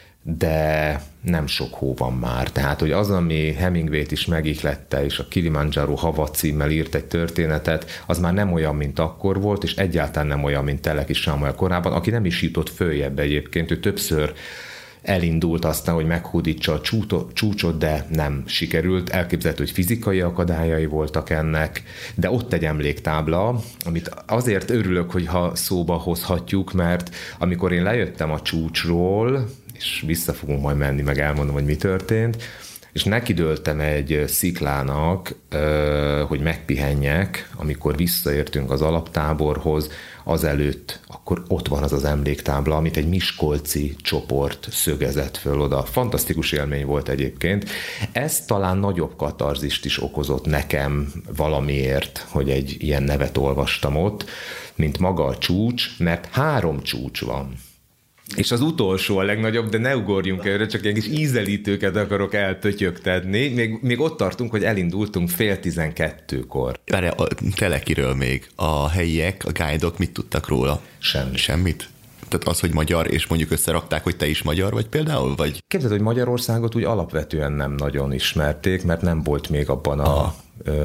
de nem sok hó van már. Tehát, hogy az, ami Hemingway-t is megihlette, és a Kilimanjaro Hava címmel írt egy történetet, az már nem olyan, mint akkor volt, és egyáltalán nem olyan, mint Teleki Sámuel korábban, aki nem is jutott följebb egyébként, ő többször elindult aztán, hogy meghódítsa a csúcsot, de nem sikerült. Elképzelhető, hogy fizikai akadályai voltak ennek, de ott egy emléktábla, amit azért örülök, hogyha szóba hozhatjuk, mert amikor én lejöttem a csúcsról, és vissza fogunk majd menni, meg elmondom, hogy mi történt, és nekidőltem egy sziklának, hogy megpihenjek, amikor visszaértünk az alaptáborhoz, azelőtt, akkor ott van az az emléktábla, amit egy miskolci csoport szögezett föl oda. Fantasztikus élmény volt egyébként. Ez talán nagyobb katarzist is okozott nekem valamiért, hogy egy ilyen nevet olvastam ott, mint maga a csúcs, mert három csúcs van. És az utolsó a legnagyobb, de ne ugorjunk erre, csak ilyen kis ízelítőket akarok elpötyögtetni. Még, még ott tartunk, hogy elindultunk fél tizenkettőkor. Várj, a Telekiről még. A helyiek, a guide-ok mit tudtak róla? Semmi. Semmit? Tehát az, hogy magyar, és mondjuk összerakták, hogy te is magyar vagy például? Vagy? Képzeld, hogy Magyarországot úgy alapvetően nem nagyon ismerték, mert nem volt még abban a... Aha.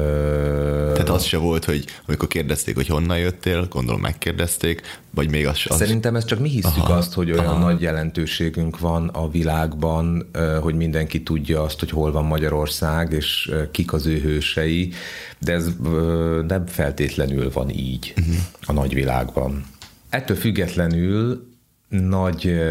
Ö... Tehát az se volt, hogy amikor kérdezték, hogy honnan jöttél, gondolom megkérdezték, vagy még az... az... Szerintem ez csak mi hiszük aha, azt, hogy olyan aha. nagy jelentőségünk van a világban, hogy mindenki tudja azt, hogy hol van Magyarország, és kik az ő hősei, de ez nem feltétlenül van így uh-huh. a nagyvilágban. Ettől függetlenül nagy...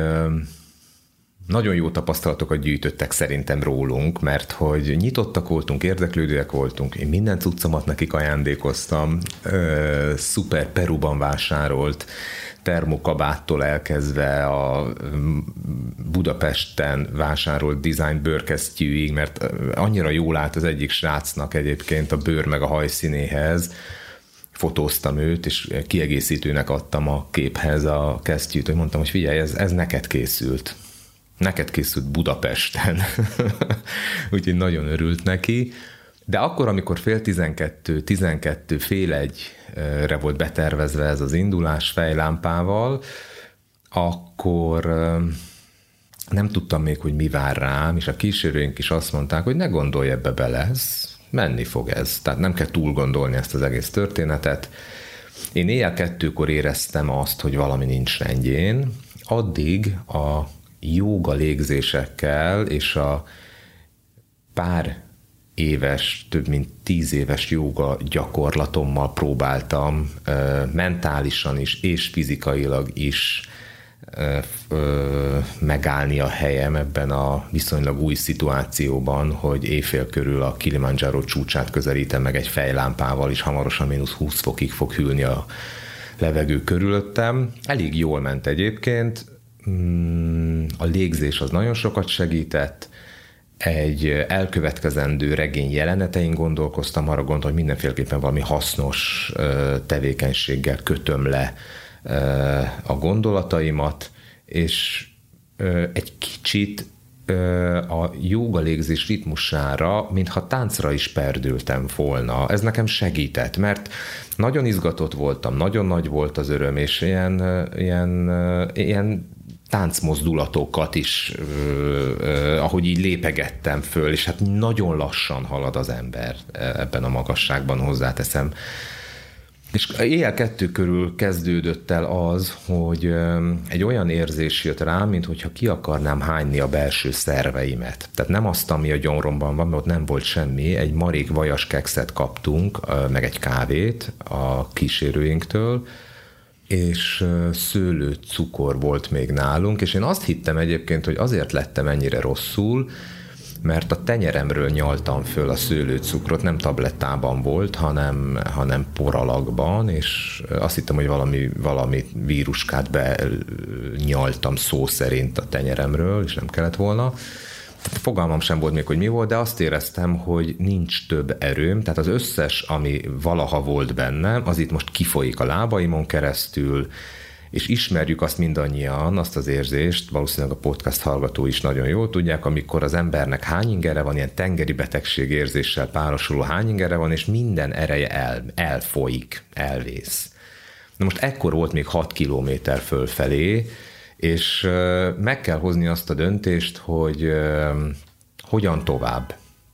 Nagyon jó tapasztalatokat gyűjtöttek szerintem rólunk, mert hogy nyitottak voltunk, érdeklődőek voltunk, én minden cuccomat nekik ajándékoztam, ö, szuper Peruban vásárolt termokabáttól elkezdve a Budapesten vásárolt design bőrkesztyűig, mert annyira jól állt az egyik srácnak egyébként a bőr meg a hajszínéhez, fotóztam őt, és kiegészítőnek adtam a képhez a kesztyűt, hogy mondtam, hogy figyelj, ez, ez neked készült. Neked készült Budapesten, úgyhogy nagyon örült neki. De akkor, amikor fél tizenkettő, tizenkettő, fél egyre volt betervezve ez az indulás fejlámpával, akkor nem tudtam még, hogy mi vár rám, és a kísérőink is azt mondták, hogy ne gondolj ebbe bele, ez menni fog ez. Tehát nem kell túl gondolni ezt az egész történetet. Én éjjel kettőkor éreztem azt, hogy valami nincs rendjén, addig a jóga légzésekkel és a pár éves, több mint tíz éves jóga gyakorlatommal próbáltam mentálisan is és fizikailag is megállni a helyem ebben a viszonylag új szituációban, hogy éjfél körül a Kilimanjaro csúcsát közelítem meg egy fejlámpával, és hamarosan mínusz húsz fokig fog hűlni a levegő körülöttem. Elég jól ment egyébként, a légzés az nagyon sokat segített, egy elkövetkezendő regény jelenetein gondolkoztam, arra gondoltam, hogy mindenféleképpen valami hasznos tevékenységgel kötöm le a gondolataimat, és egy kicsit a jóga légzés ritmusára, mintha táncra is perdültem volna. Ez nekem segített, mert nagyon izgatott voltam, nagyon nagy volt az öröm, és ilyen, ilyen, ilyen táncmozdulatokat is, ahogy így lépegettem föl, és hát nagyon lassan halad az ember ebben a magasságban, hozzáteszem. És éjjel kettő körül kezdődött el az, hogy egy olyan érzés jött rám, mint hogyha ki akarnám hányni a belső szerveimet. Tehát nem azt, ami a gyomromban van, mert ott nem volt semmi, egy marék vajas kekszet kaptunk, meg egy kávét a kísérőinktől, és szőlőcukor volt még nálunk, és én azt hittem egyébként, hogy azért lettem ennyire rosszul, mert a tenyeremről nyaltam föl a szőlőcukrot, nem tablettában volt, hanem, hanem poralakban, és azt hittem, hogy valami, valami víruskát benyaltam szó szerint a tenyeremről, és nem kellett volna. Fogalmam sem volt még, hogy mi volt, de azt éreztem, hogy nincs több erőm, tehát az összes, ami valaha volt bennem, az itt most kifolyik a lábaimon keresztül, és ismerjük azt mindannyian, azt az érzést, valószínűleg a podcast hallgató is nagyon jól tudják, amikor az embernek hány ingere van, ilyen tengeri betegség érzéssel párosuló hány ingere van, és minden ereje el, elfolyik, elvész. Na most ekkor volt még hat kilométer fölfelé, és meg kell hozni azt a döntést, hogy hogyan tovább.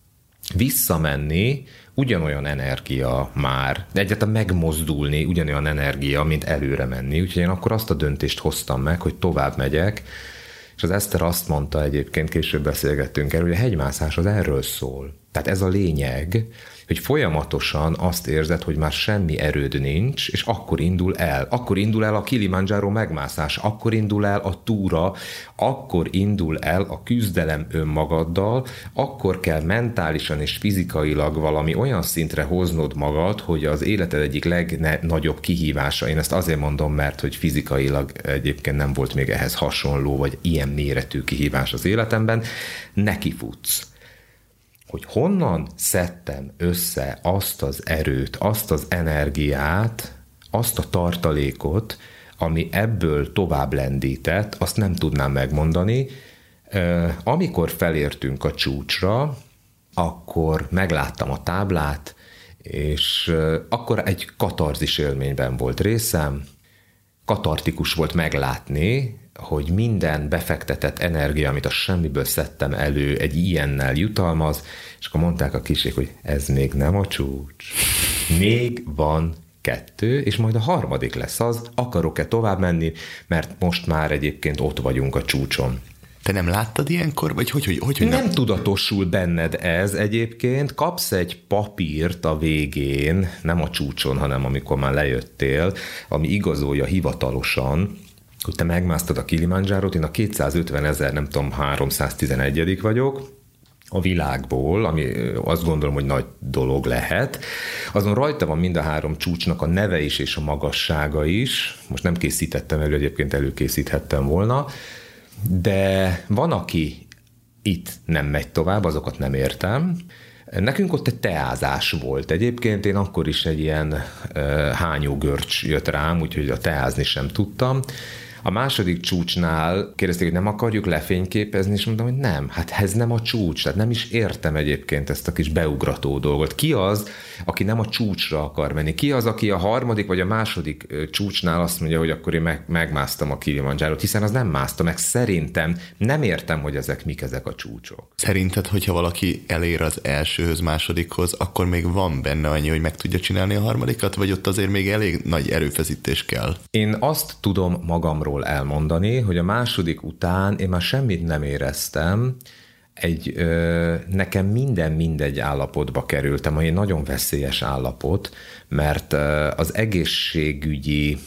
Visszamenni ugyanolyan energia már, de egyáltalán megmozdulni ugyanolyan energia, mint előre menni. Úgyhogy én akkor azt a döntést hoztam meg, hogy tovább megyek, és az Eszter azt mondta egyébként, később beszélgettünk erről, hogy a hegymászás az erről szól. Tehát ez a lényeg, hogy folyamatosan azt érzed, hogy már semmi erőd nincs, és akkor indul el. Akkor indul el a Kilimanjaro megmászás, akkor indul el a túra, akkor indul el a küzdelem önmagaddal, akkor kell mentálisan és fizikailag valami olyan szintre hoznod magad, hogy az életed egyik legnagyobb kihívása, én ezt azért mondom, mert hogy fizikailag egyébként nem volt még ehhez hasonló, vagy ilyen méretű kihívás az életemben, nekifutsz. Hogy honnan szedtem össze azt az erőt, azt az energiát, azt a tartalékot, ami ebből tovább lendített, azt nem tudnám megmondani. Amikor felértünk a csúcsra, akkor megláttam a táblát, és akkor egy katarzis élményben volt részem. Katartikus volt meglátni, hogy minden befektetett energia, amit a semmiből szedtem elő, egy ilyennel jutalmaz, és akkor mondták a kisek, hogy ez még nem a csúcs. Még van kettő, és majd a harmadik lesz az, akarok-e tovább menni, mert most már egyébként ott vagyunk a csúcson. Te nem láttad ilyenkor, vagy hogy, hogy, hogy, hogy nem? Nem tudatosul benned ez egyébként, kapsz egy papírt a végén, nem a csúcson, hanem amikor már lejöttél, ami igazolja hivatalosan, hogy te megmásztad a Kilimanjárot, én a kétszázötven ezer, nem tudom, háromszáztizenegyedik vagyok a világból, ami azt gondolom, hogy nagy dolog lehet. Azon rajta van mind a három csúcsnak a neve is és a magassága is. Most nem készítettem elő, egyébként előkészíthettem volna, de van, aki itt nem megy tovább, azokat nem értem. Nekünk ott egy teázás volt. Egyébként én akkor is egy ilyen hányógörcs jött rám, úgyhogy a teázni sem tudtam. A második csúcsnál kérdezték, hogy nem akarjuk lefényképezni, és mondtam, hogy nem, hát ez nem a csúcs, tehát nem is értem egyébként ezt a kis beugrató dolgot. Ki az, aki nem a csúcsra akar menni? Ki az, aki a harmadik vagy a második csúcsnál azt mondja, hogy akkor én meg, megmásztam a Kilimandzsárót, hiszen az nem mászta meg. Szerintem nem értem, hogy ezek mik ezek a csúcsok. Szerinted, hogyha valaki elér az elsőhöz, másodikhoz, akkor még van benne annyi, hogy meg tudja csinálni a harmadikat, vagy ott azért még elég nagy erőfeszítés kell? Én azt tudom magamról elmondani, hogy a második után én már semmit nem éreztem, egy, ö, nekem minden mindegy állapotba kerültem, egy nagyon veszélyes állapot, mert ö, az egészségügyi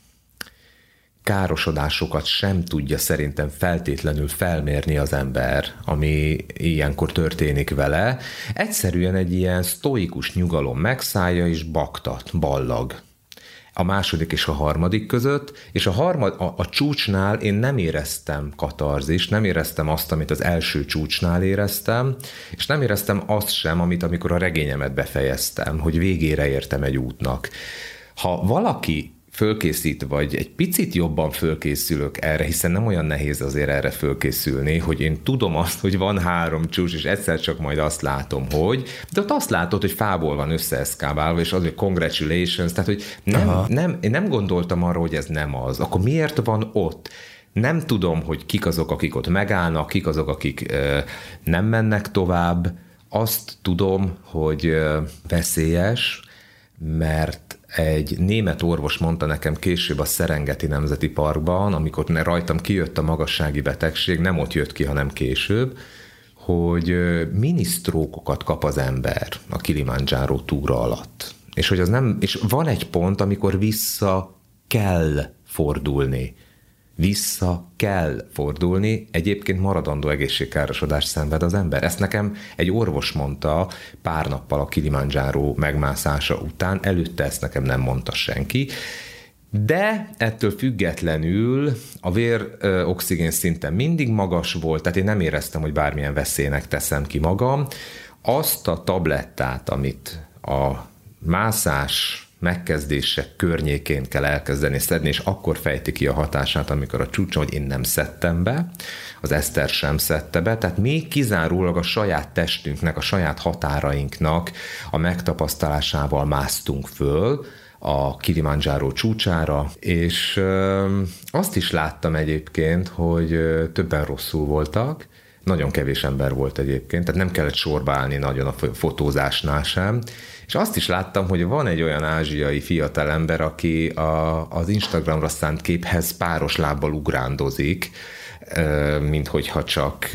károsodásokat sem tudja szerintem feltétlenül felmérni az ember, ami ilyenkor történik vele. Egyszerűen egy ilyen sztoikus nyugalom megszállja és baktat, ballag. A második és a harmadik között, és a, harmad, a, a csúcsnál én nem éreztem katarzist, nem éreztem azt, amit az első csúcsnál éreztem, és nem éreztem azt sem, amit amikor a regényemet befejeztem, hogy végére értem egy útnak. Ha valaki fölkészít, vagy egy picit jobban fölkészülök erre, hiszen nem olyan nehéz azért erre fölkészülni, hogy én tudom azt, hogy van három csúcs, és egyszer csak majd azt látom, hogy, de ott azt látod, hogy fából van összeeszkábálva, és az, hogy congratulations, tehát, hogy nem, nem, én nem gondoltam arra, hogy ez nem az. Akkor miért van ott? Nem tudom, hogy kik azok, akik ott megállnak, kik azok, akik ö, nem mennek tovább. Azt tudom, hogy ö, veszélyes, mert egy német orvos mondta nekem később a Serengeti Nemzeti Parkban, amikor rajtam kijött a magassági betegség, nem ott jött ki, hanem később, hogy minisztrókokat kap az ember a Kilimandzsáró túra alatt. És hogy az nem, és van egy pont, amikor vissza kell fordulni. Vissza kell fordulni, egyébként maradandó egészségkárosodást szenved az ember. Ezt nekem egy orvos mondta pár nappal a Kilimandzsáró megmászása után, előtte ezt nekem nem mondta senki, de ettől függetlenül a vér ö, oxigén szinten mindig magas volt, tehát én nem éreztem, hogy bármilyen veszélynek teszem ki magam. Azt a tablettát, amit a mászás megkezdése környékén kell elkezdeni szedni, és akkor fejti ki a hatását, amikor a csúcson, hogy én nem szedtem be, az Eszter sem szedte be, tehát még kizárólag a saját testünknek, a saját határainknak a megtapasztalásával másztunk föl a Kilimandzsáró csúcsára, és ö, azt is láttam egyébként, hogy ö, többen rosszul voltak, nagyon kevés ember volt egyébként, tehát nem kellett sorba állni nagyon a fotózásnál sem, és azt is láttam, hogy van egy olyan ázsiai fiatalember, aki a, az Instagramra szánt képhez páros lábbal ugrándozik, mint hogyha csak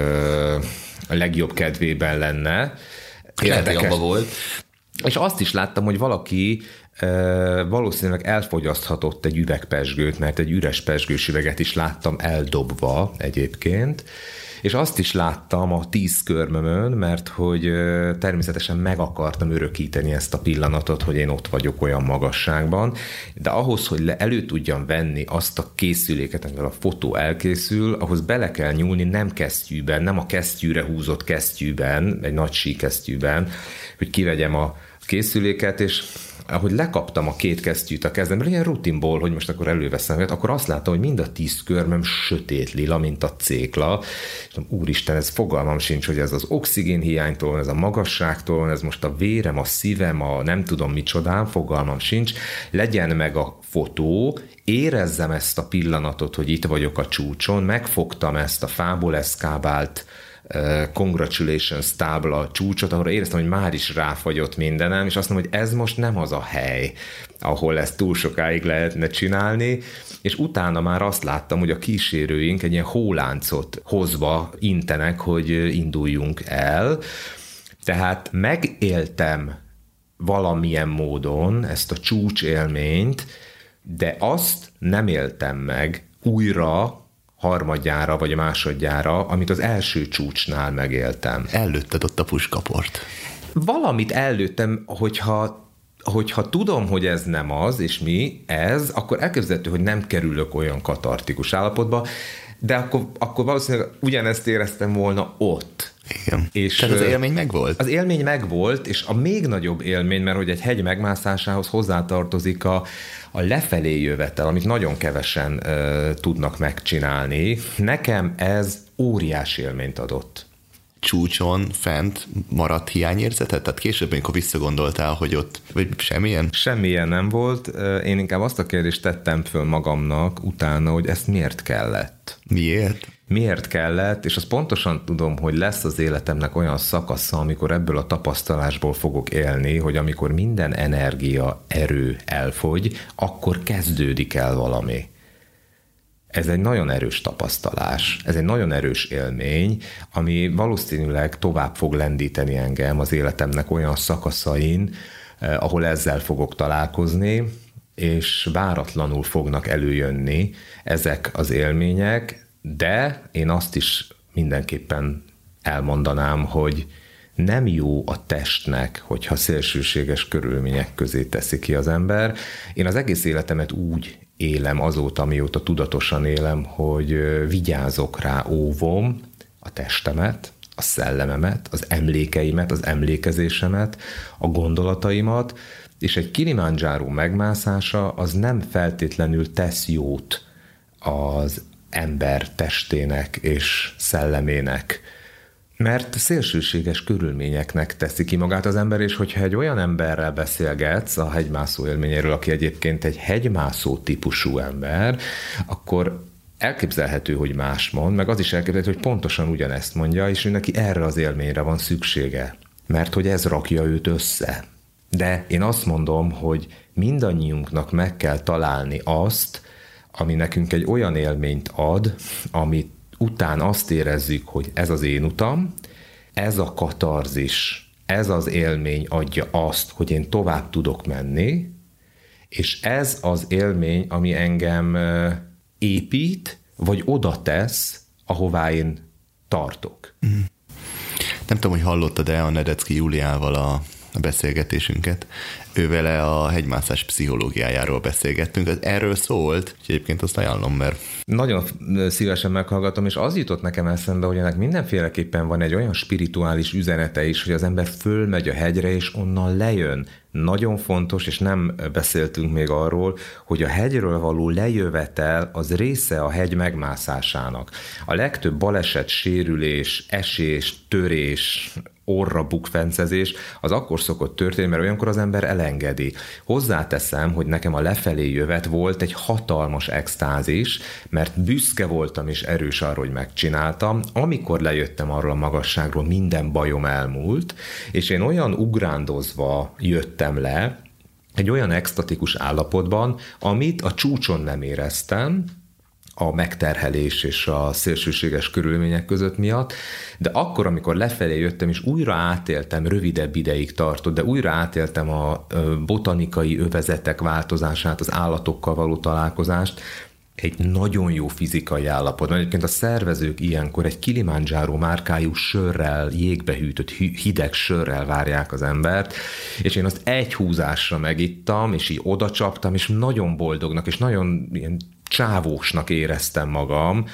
a legjobb kedvében lenne. Érdekes volt. És azt is láttam, hogy valaki valószínűleg elfogyaszthatott egy üvegpezsgőt, mert egy üres pezsgős üveget is láttam eldobva egyébként, és azt is láttam a tíz körmömön, mert hogy természetesen meg akartam örökíteni ezt a pillanatot, hogy én ott vagyok olyan magasságban, de ahhoz, hogy elő tudjam venni azt a készüléket, amivel a fotó elkészül, ahhoz bele kell nyúlni nem kesztyűben, nem a kesztyűre húzott kesztyűben, egy nagy síkesztyűben, hogy kivegyem a készüléket, és ahogy lekaptam a két kesztyűt a kezemről, ilyen rutinból, hogy most akkor előveszem, akkor azt látom, hogy mind a tíz körmöm sötét lila, mint a cékla, és mondom, úristen, ez fogalmam sincs, hogy ez az oxigén hiánytól van, ez a magasságtól van, ez most a vérem, a szívem, a nem tudom micsodám, fogalmam sincs, legyen meg a fotó, érezzem ezt a pillanatot, hogy itt vagyok a csúcson, megfogtam ezt a fából eszkábált congratulations tábla csúcsot, ahol éreztem, hogy már is ráfagyott mindenem, és azt mondom, hogy ez most nem az a hely, ahol ezt túl sokáig lehetne csinálni, és utána már azt láttam, hogy a kísérőink egy ilyen hóláncot hozva intenek, hogy induljunk el. Tehát megéltem valamilyen módon ezt a csúcsélményt, de azt nem éltem meg újra, harmadjára vagy a másodjára, amit az első csúcsnál megéltem. Ellőtted ott a puskaport. Valamit ellőttem, hogyha, hogyha tudom, hogy ez nem az, és mi ez, akkor elképzelhető, hogy nem kerülök olyan katartikus állapotba, de akkor, akkor valószínűleg ugyanezt éreztem volna ott. Igen. És tehát az élmény megvolt? Az élmény megvolt, és a még nagyobb élmény, mert hogy egy hegy megmászásához hozzátartozik a, a lefelé jövetel, amit nagyon kevesen uh, tudnak megcsinálni, nekem ez óriási élményt adott. Csúcson fent maradt hiányérzetet? Tehát később, amikor visszagondoltál, hogy ott, vagy semmilyen? Semmilyen nem volt. Én inkább azt a kérdést tettem föl magamnak utána, hogy ezt miért kellett. Miért? Miért kellett, és azt pontosan tudom, hogy lesz az életemnek olyan szakasza, amikor ebből a tapasztalásból fogok élni, hogy amikor minden energia, erő elfogy, akkor kezdődik el valami. Ez egy nagyon erős tapasztalás, ez egy nagyon erős élmény, ami valószínűleg tovább fog lendíteni engem az életemnek olyan szakaszain, eh, ahol ezzel fogok találkozni, és váratlanul fognak előjönni ezek az élmények, de én azt is mindenképpen elmondanám, hogy nem jó a testnek, hogyha szélsőséges körülmények közé teszi ki az ember. Én az egész életemet úgy élem azóta, mióta tudatosan élem, hogy vigyázok rá, óvom a testemet, a szellememet, az emlékeimet, az emlékezésemet, a gondolataimat, és egy Kilimandzsáró megmászása az nem feltétlenül tesz jót az ember testének és szellemének, mert szélsőséges körülményeknek teszi ki magát az ember, és hogyha egy olyan emberrel beszélgetsz a hegymászó élményéről, aki egyébként egy hegymászó típusú ember, akkor elképzelhető, hogy más mond, meg az is elképzelhető, hogy pontosan ugyanezt mondja, és ő neki erre az élményre van szüksége, mert hogy ez rakja őt össze. De én azt mondom, hogy mindannyiunknak meg kell találni azt, ami nekünk egy olyan élményt ad, amit után azt érezzük, hogy ez az én utam, ez a katarzis, ez az élmény adja azt, hogy én tovább tudok menni, és ez az élmény, ami engem épít, vagy oda tesz, ahová én tartok. Mm. Nem tudom, hogy hallottad-e a Nedecki Júliával a a beszélgetésünket. Ő vele a hegymászás pszichológiájáról beszélgettünk. Erről szólt, és egyébként azt ajánlom, mert... Nagyon szívesen meghallgatom, és az jutott nekem eszembe, hogy ennek mindenféleképpen van egy olyan spirituális üzenete is, hogy az ember fölmegy a hegyre, és onnan lejön. Nagyon fontos, és nem beszéltünk még arról, hogy a hegyről való lejövetel az része a hegy megmászásának. A legtöbb baleset, sérülés, esés, törés, orra bukfencezés, az akkor szokott történni, mert olyankor az ember elengedi. Hozzáteszem, hogy nekem a lefelé jövet volt egy hatalmas extázis, mert büszke voltam és erős arra, hogy megcsináltam. Amikor lejöttem arról a magasságról, minden bajom elmúlt, és én olyan ugrándozva jöttem le, egy olyan extatikus állapotban, amit a csúcson nem éreztem, a megterhelés és a szélsőséges körülmények között miatt, de akkor, amikor lefelé jöttem, és újra átéltem, rövidebb ideig tartott, de újra átéltem a botanikai övezetek változását, az állatokkal való találkozást, egy nagyon jó fizikai állapotban. Egyébként a szervezők ilyenkor egy Kilimandzsáró márkájú sörrel, jégbe hűtött hideg sörrel várják az embert, és én azt egy húzásra megittam, és így oda csaptam, és nagyon boldognak, és nagyon ilyen csávósnak éreztem magam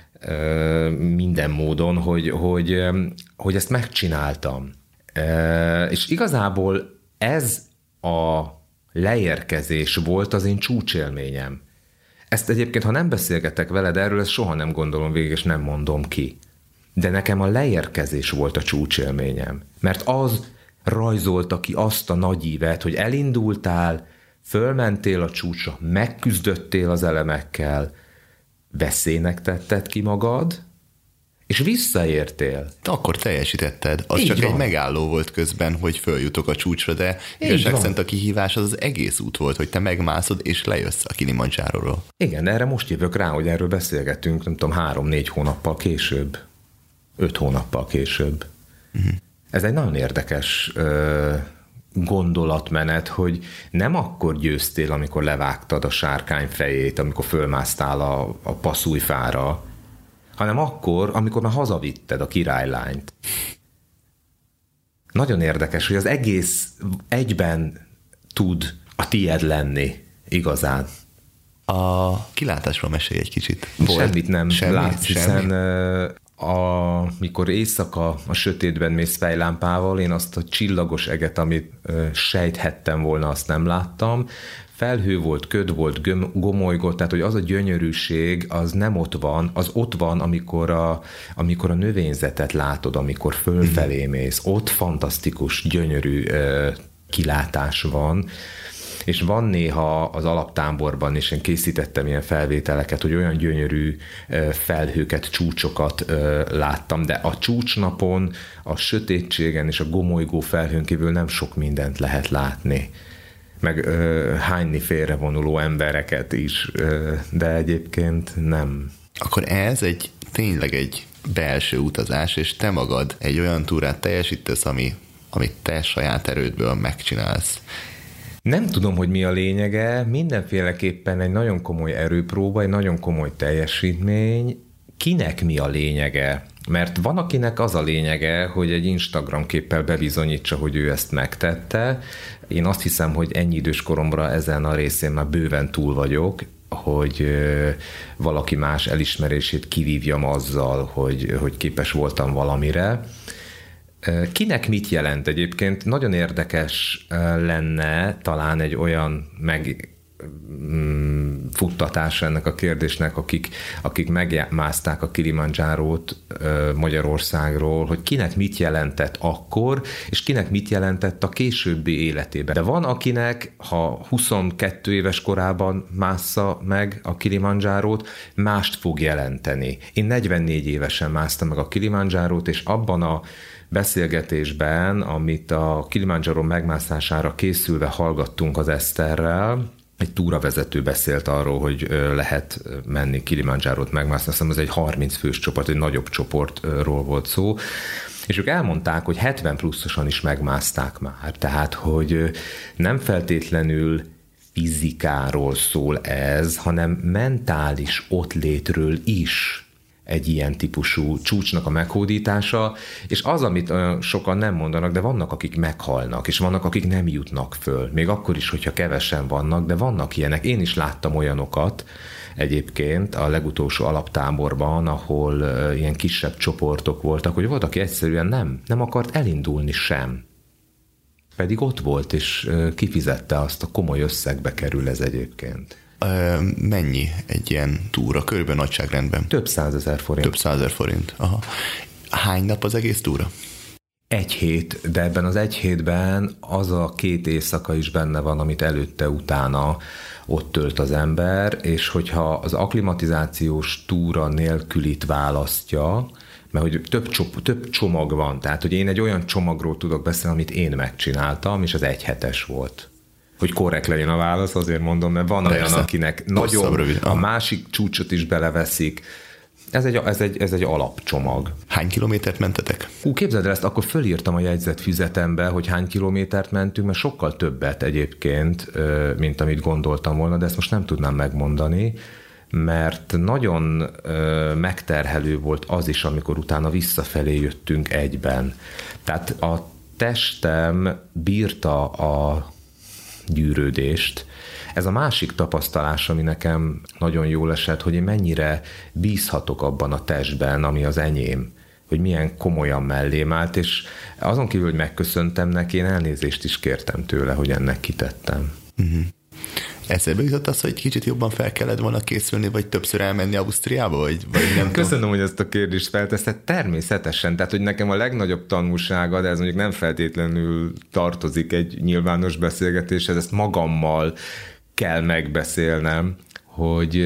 minden módon, hogy, hogy, hogy ezt megcsináltam. És igazából ez a leérkezés volt az én csúcsélményem. Ezt egyébként, ha nem beszélgetek veled erről, ezt soha nem gondolom végig, és nem mondom ki. De nekem a leérkezés volt a csúcsélményem. Mert az rajzolta ki azt a nagy ívet, hogy elindultál, fölmentél a csúcsra, megküzdöttél az elemekkel, veszélynek tetted ki magad, és visszaértél. Akkor teljesítetted. Az Így csak van. Egy megálló volt közben, hogy följutok a csúcsra, de igazság szerint a kihívás az az egész út volt, hogy te megmászod, és lejössz a Kilimandzsáróról. Igen, erre most jövök rá, hogy erről beszélgetünk, nem tudom, három-négy hónappal később, öt hónappal később. Uh-huh. Ez egy nagyon érdekes ö, gondolatmenet, hogy nem akkor győztél, amikor levágtad a sárkány fejét, amikor fölmásztál a, a passzújfára, hanem akkor, amikor már hazavitted a királylányt. Nagyon érdekes, hogy az egész egyben tud a tied lenni, igazán. A kilátásról mesélj egy kicsit. Volt? Semmit nem semmi, látsz, hiszen semmi. A, mikor éjszaka a sötétben mész fejlámpával, én azt a csillagos eget, amit ö, sejthettem volna, azt nem láttam. felhő volt, köd volt, göm, gomolygott, tehát hogy az a gyönyörűség, az nem ott van, az ott van, amikor a, amikor a növényzetet látod, amikor fölfelé mész, ott fantasztikus, gyönyörű uh, kilátás van, és van néha az alaptáborban, és én készítettem ilyen felvételeket, hogy olyan gyönyörű felhőket, csúcsokat láttam, de a csúcsnapon, a sötétségen és a gomolygó felhőn kívül nem sok mindent lehet látni. Meg ö, hányni félrevonuló embereket is, ö, de egyébként nem. Akkor ez egy tényleg egy belső utazás, és te magad egy olyan túrát teljesítesz, ami, amit te saját erődből megcsinálsz. Nem tudom, hogy mi a lényege, mindenféleképpen egy nagyon komoly erőpróba, egy nagyon komoly teljesítmény. Kinek mi a lényege? Mert van, akinek az a lényege, hogy egy Instagram képpel bebizonyítsa, hogy ő ezt megtette. Én azt hiszem, hogy ennyi idős koromra ezen a részén már bőven túl vagyok, hogy valaki más elismerését kivívjam azzal, hogy, hogy képes voltam valamire. Kinek mit jelent egyébként? Nagyon érdekes lenne talán egy olyan megfuttatása ennek a kérdésnek, akik, akik megmászták a Kilimanjárót Magyarországról, hogy kinek mit jelentett akkor, és kinek mit jelentett a későbbi életében. De van, akinek, ha huszonkettő éves korában mássza meg a Kilimanjárót, mást fog jelenteni. Én negyvennégy évesen másztam meg a Kilimanjárót, és abban a beszélgetésben, amit a Kilimanjáró megmászására készülve hallgattunk az Eszterrel, egy túravezető beszélt arról, hogy lehet menni Kilimanjárót megmászni, azt hiszem ez egy harminc fős csoport, egy nagyobb csoportról volt szó, és ők elmondták, hogy hetven pluszosan is megmászták már, tehát hogy nem feltétlenül fizikáról szól ez, hanem mentális ottlétről is egy ilyen típusú csúcsnak a meghódítása, és az, amit sokan nem mondanak, de vannak, akik meghalnak, és vannak, akik nem jutnak föl, még akkor is, hogyha kevesen vannak, de vannak ilyenek. Én is láttam olyanokat egyébként a legutolsó alaptáborban, ahol uh, ilyen kisebb csoportok voltak, hogy volt, aki egyszerűen nem, nem akart elindulni sem. Pedig ott volt, és uh, kifizette azt, a komoly összegbe kerül ez egyébként. Mennyi egy ilyen túra, körülbelül nagyságrendben? Több százezer forint. Több százezer forint. Aha. Hány nap az egész túra? Egy hét, de ebben az egy hétben az a két éjszaka is benne van, amit előtte-utána ott tölt az ember, és hogyha az akklimatizációs túra nélkülit választja, mert hogy több, több csomag van, tehát hogy én egy olyan csomagról tudok beszélni, amit én megcsináltam, és az egy hetes volt. Hogy korrekt legyen a válasz, azért mondom, mert van Persze. olyan, akinek nagyon rövid. A másik csúcsot is beleveszik. Ez egy, ez egy, ez egy alapcsomag. Hány kilométert mentetek? Ú, képzeld el ezt, akkor fölírtam a jegyzetfüzetembe, hogy hány kilométert mentünk, mert sokkal többet egyébként, mint amit gondoltam volna, de ezt most nem tudnám megmondani, mert nagyon megterhelő volt az is, amikor utána visszafelé jöttünk egyben. Tehát a testem bírta a gyűrődést. Ez a másik tapasztalás, ami nekem nagyon jól esett, hogy én mennyire bízhatok abban a testben, ami az enyém, hogy milyen komolyan mellém állt, és azon kívül, hogy megköszöntem neki, én elnézést is kértem tőle, hogy ennek kitettem. Uh-huh. Eszedbe jutott az, hogy kicsit jobban fel kellett volna készülni, vagy többször elmenni Ausztriába, vagy, vagy nem Köszönöm, tudom. hogy ezt a kérdést felteszed. Természetesen, tehát hogy nekem a legnagyobb tanulsága, de ez mondjuk nem feltétlenül tartozik egy nyilvános beszélgetéshez, ezt magammal kell megbeszélnem, hogy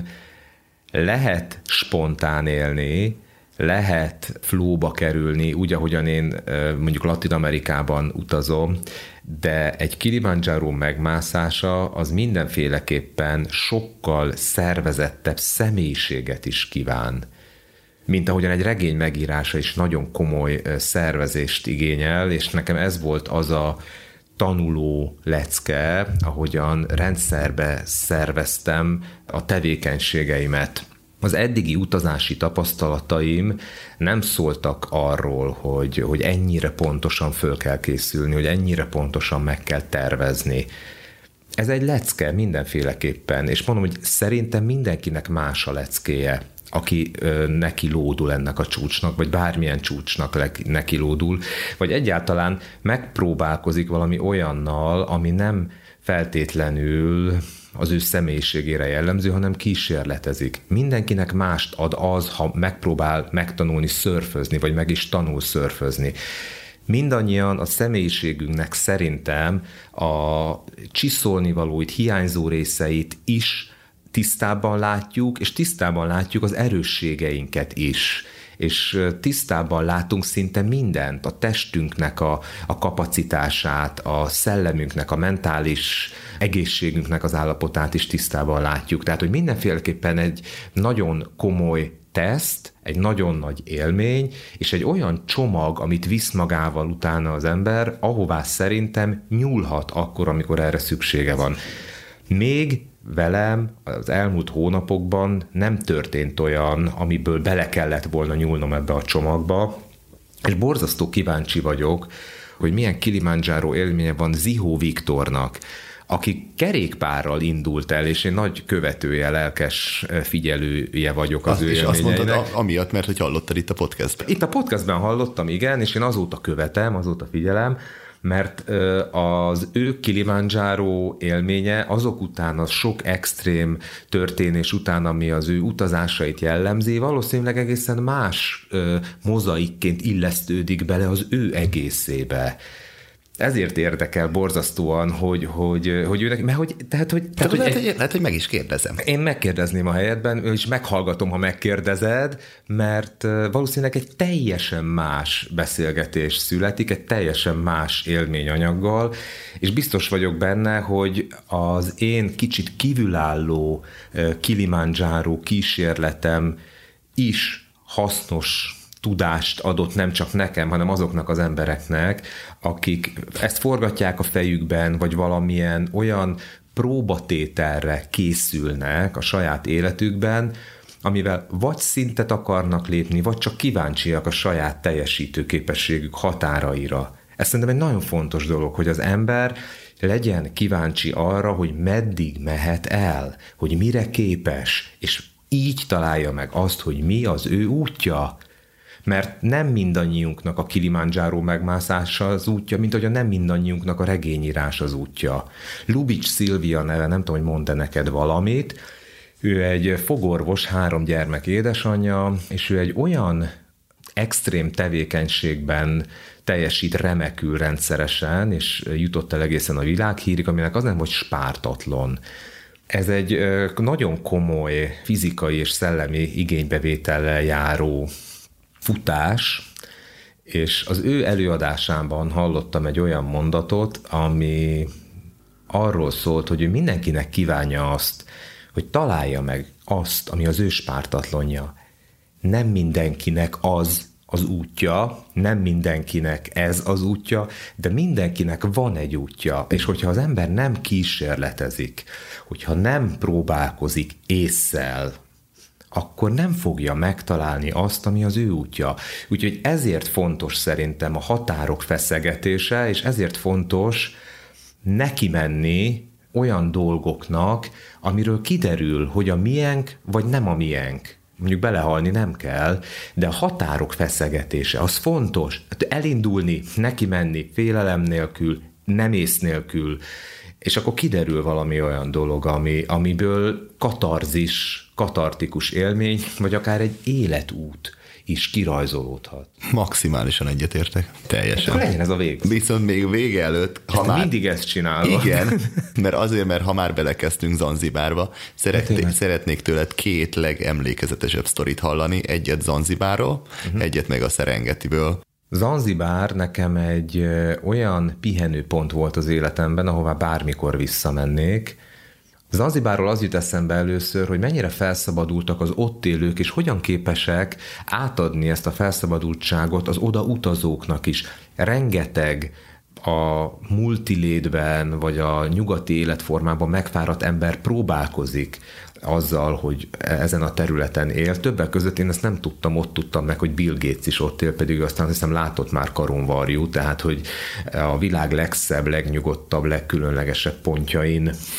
lehet spontán élni, lehet flóba kerülni, úgy, ahogyan én mondjuk Latin-Amerikában utazom, de egy Kilimanjáró megmászása az mindenféleképpen sokkal szervezettebb személyiséget is kíván. Mint ahogyan egy regény megírása is nagyon komoly szervezést igényel, és nekem ez volt az a tanuló lecke, ahogyan rendszerbe szerveztem a tevékenységeimet. Az eddigi utazási tapasztalataim nem szóltak arról, hogy, hogy ennyire pontosan föl kell készülni, hogy ennyire pontosan meg kell tervezni. Ez egy lecke mindenféleképpen, és mondom, hogy szerintem mindenkinek más a leckéje, aki ö, neki lódul ennek a csúcsnak, vagy bármilyen csúcsnak le, neki lódul, vagy egyáltalán megpróbálkozik valami olyannal, ami nem feltétlenül az ő személyiségére jellemző, hanem kísérletezik. Mindenkinek mást ad az, ha megpróbál megtanulni szörfözni, vagy meg is tanul szörfözni. Mindannyian a személyiségünknek szerintem a csiszolnivalóit, hiányzó részeit is tisztában látjuk, és tisztában látjuk az erősségeinket is. És tisztában látunk szinte mindent, a testünknek a, a kapacitását, a szellemünknek, a mentális egészségünknek az állapotát is tisztában látjuk. Tehát, hogy mindenféleképpen egy nagyon komoly teszt, egy nagyon nagy élmény, és egy olyan csomag, amit visz magával utána az ember, ahová szerintem nyúlhat akkor, amikor erre szüksége van. Még velem az elmúlt hónapokban nem történt olyan, amiből bele kellett volna nyúlnom ebbe a csomagba, és borzasztó kíváncsi vagyok, hogy milyen Kilimanjaro élménye van Zihó Viktornak, aki kerékpárral indult el, és én nagy követője, lelkes figyelője vagyok az, az ő élményeinek. És azt mondtad amiatt, mert hogy hallottad itt a podcastben. Itt a podcastben hallottam, igen, és én azóta követem, azóta figyelem, mert az ő Kilimanjaro élménye azok után, az sok extrém történés után, ami az ő utazásait jellemzi, valószínűleg egészen más mozaikként illesztődik bele az ő egészébe. Ezért érdekel borzasztóan, hogy, hogy, hogy őnek, mert hogy, tehát, hogy... Tehát, hogy lehet, egy, lehet, hogy meg is kérdezem. Én megkérdezném a helyedben, és meghallgatom, ha megkérdezed, mert valószínűleg egy teljesen más beszélgetés születik, egy teljesen más élményanyaggal, és biztos vagyok benne, hogy az én kicsit kívülálló Kilimanjaro kísérletem is hasznos tudást adott nem csak nekem, hanem azoknak az embereknek, akik ezt forgatják a fejükben, vagy valamilyen olyan próbatételre készülnek a saját életükben, amivel vagy szintet akarnak lépni, vagy csak kíváncsiak a saját teljesítőképességük határaira. Ez szerintem egy nagyon fontos dolog, hogy az ember legyen kíváncsi arra, hogy meddig mehet el, hogy mire képes, és így találja meg azt, hogy mi az ő útja. Mert nem mindannyiunknak a Kilimanjaro megmászása az útja, mint hogy nem mindannyiunknak a regényírás az útja. Lubitsch Szilvia neve, nem tudom, hogy mond-e neked valamit, ő egy fogorvos, három gyermek édesanyja, és ő egy olyan extrém tevékenységben teljesít remekül rendszeresen, és jutott el egészen a világhírig, aminek az nem, hogy spártatlan. Ez egy nagyon komoly fizikai és szellemi igénybevétellel járó futás, és az ő előadásában hallottam egy olyan mondatot, ami arról szólt, hogy ő mindenkinek kívánja azt, hogy találja meg azt, ami az ő spártatlonja. Nem mindenkinek az az útja, nem mindenkinek ez az útja, de mindenkinek van egy útja, és hogyha az ember nem kísérletezik, hogyha nem próbálkozik ésszel, akkor nem fogja megtalálni azt, ami az ő útja. Úgyhogy ezért fontos szerintem a határok feszegetése, és ezért fontos neki menni olyan dolgoknak, amiről kiderül, hogy a miénk, vagy nem a miénk. Mondjuk belehalni nem kell, de a határok feszegetése, az fontos. Elindulni, neki menni, félelem nélkül, nem ész nélkül, és akkor kiderül valami olyan dolog, ami, amiből katarzis, katartikus élmény, vagy akár egy életút is kirajzolódhat. Maximálisan egyetértek. Teljesen. Akkor legyen ez a vég. Viszont még vége előtt, ha ezt már... mindig ezt csinálom. Igen, mert azért, mert ha már belekezdtünk Zanzibárba, szeretnék, hát szeretnék tőled két legemlékezetesebb sztorit hallani, egyet Zanzibárról, uh-huh. egyet meg a Serengetiből. Zanzibár nekem egy olyan pihenőpont volt az életemben, ahová bármikor visszamennék. Zanzibárról az jut eszembe először, hogy mennyire felszabadultak az ott élők, és hogyan képesek átadni ezt a felszabadultságot az oda utazóknak is. Rengeteg a multilétben, vagy a nyugati életformában megfáradt ember próbálkozik azzal, hogy ezen a területen él. Többek között én ezt nem tudtam, ott tudtam meg, hogy Bill Gates is ott él, pedig aztán hiszem látott már karonvarjú, tehát hogy a világ legszebb, legnyugodtabb, legkülönlegesebb pontjain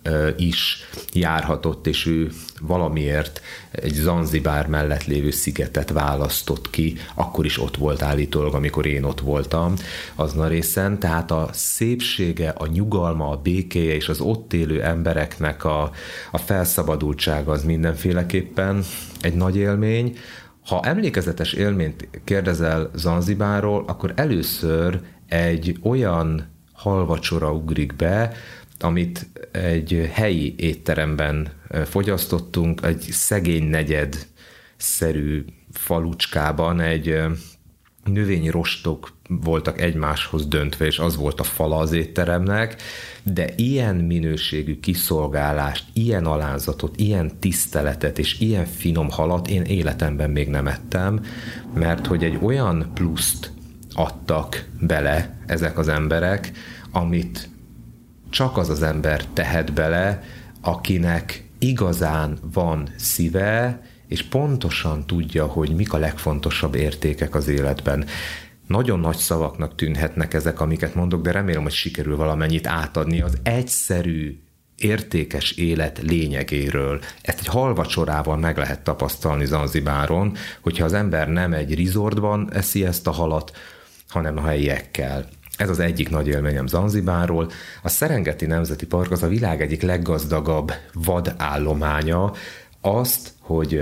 is járhatott, és ő valamiért egy Zanzibár mellett lévő szigetet választott ki, akkor is ott volt állítólag, amikor én ott voltam azon a részen, tehát a szépsége, a nyugalma, a békéje és az ott élő embereknek a, a felszabadultsága az mindenféleképpen egy nagy élmény. Ha emlékezetes élményt kérdezel Zanzibárról, akkor először egy olyan halvacsora ugrik be, amit egy helyi étteremben fogyasztottunk, egy szegény negyedszerű falucskában, egy növényi rostok voltak egymáshoz döntve, és az volt a fala az étteremnek, de ilyen minőségű kiszolgálást, ilyen alázatot, ilyen tiszteletet és ilyen finom halat én életemben még nem ettem, mert hogy egy olyan pluszt adtak bele ezek az emberek, amit csak az az ember tehet bele, akinek igazán van szíve, és pontosan tudja, hogy mik a legfontosabb értékek az életben. Nagyon nagy szavaknak tűnhetnek ezek, amiket mondok, de remélem, hogy sikerül valamennyit átadni az egyszerű, értékes élet lényegéről. Ezt egy halvacsorával meg lehet tapasztalni Zanzibáron, hogyha az ember nem egy resortban eszi ezt a halat, hanem a helyiekkel. Ez az egyik nagy élményem Zanzibárról. A Szerengeti Nemzeti Park az a világ egyik leggazdagabb vadállománya. Azt, hogy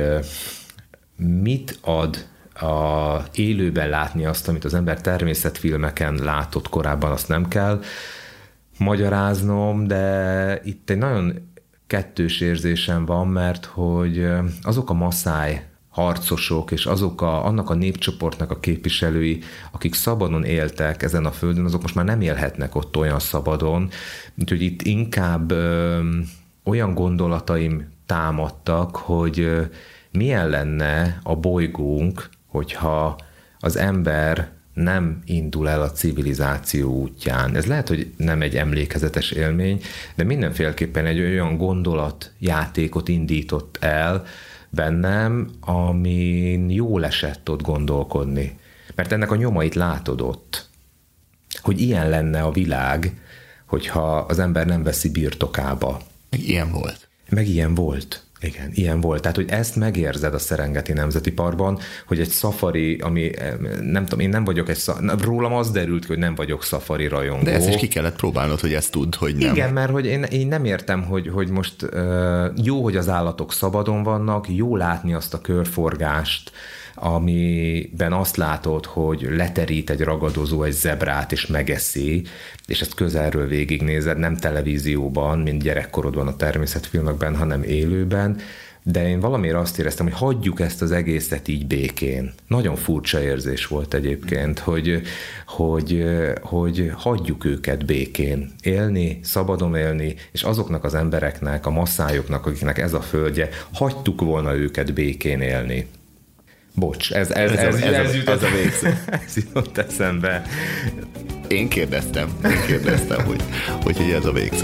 mit ad a élőben látni azt, amit az ember természetfilmeken látott korábban, azt nem kell magyaráznom, de itt egy nagyon kettős érzésem van, mert hogy azok a maszáj harcosok, és azok a, annak a népcsoportnak a képviselői, akik szabadon éltek ezen a földön, azok most már nem élhetnek ott olyan szabadon, úgyhogy itt inkább ö, olyan gondolataim támadtak, hogy ö, milyen lenne a bolygónk, hogyha az ember nem indul el a civilizáció útján. Ez lehet, hogy nem egy emlékezetes élmény, de mindenféleképpen egy olyan gondolatjátékot indított el bennem, amin jól esett ott gondolkodni. Mert ennek a nyomait látod ott, hogy ilyen lenne a világ, hogyha az ember nem veszi birtokába. Meg ilyen volt. Meg ilyen volt. Igen, ilyen volt. Tehát, hogy ezt megérzed a Szerengeti Nemzeti Parkban, hogy egy szafari, ami nem tudom, én nem vagyok egy szafari, rólam az derült, hogy nem vagyok szafari rajongó. De ezt is ki kellett próbálnod, hogy ezt tudd, hogy nem. Igen, mert hogy én, én nem értem, hogy, hogy most uh, jó, hogy az állatok szabadon vannak, jó látni azt a körforgást, amiben azt látod, hogy leterít egy ragadozó egy zebrát, és megeszi, és ezt közelről végignézed, nem televízióban, mint gyerekkorodban a természetfilmekben, hanem élőben, de én valamiért azt éreztem, hogy hagyjuk ezt az egészet így békén. Nagyon furcsa érzés volt egyébként, hogy, hogy, hogy hagyjuk őket békén élni, szabadon élni, és azoknak az embereknek, a masszájoknak, akiknek ez a földje, hagytuk volna őket békén élni. Bocs, ez, ez, ez, ez, ez, ez, jutott, ez a végszó. Ez jutott eszembe. Én kérdeztem, én kérdeztem, hogy, hogy, hogy ez a végszó.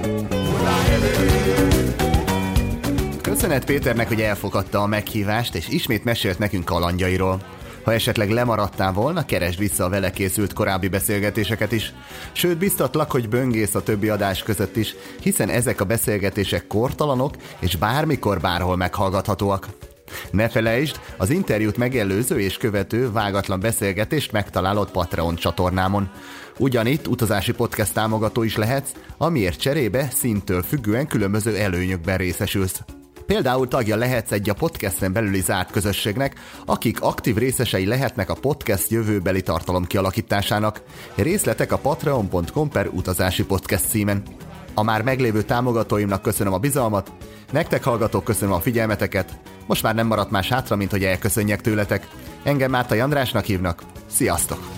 Köszönet Péternek, hogy elfogadta a meghívást, és ismét mesélt nekünk kalandjairól. Ha esetleg lemaradtál volna, keresd vissza a vele készült korábbi beszélgetéseket is. Sőt, biztatlak, hogy böngész a többi adás között is, hiszen ezek a beszélgetések kortalanok, és bármikor, bárhol meghallgathatóak. Ne felejtsd, az interjút megelőző és követő vágatlan beszélgetést megtalálod Patreon csatornámon. Ugyanitt utazási podcast támogató is lehetsz, amiért cserébe színtől függően különböző előnyökben részesülsz. Például tagja lehetsz egy a podcasten belüli zárt közösségnek, akik aktív részesei lehetnek a podcast jövőbeli tartalom kialakításának. Részletek a patreon pont com per utazási podcast címen. A már meglévő támogatóimnak köszönöm a bizalmat, nektek hallgatók köszönöm a figyelmeteket, most már nem maradt más hátra, mint hogy elköszönjek tőletek. Engem Mártai Andrásnak hívnak. Sziasztok!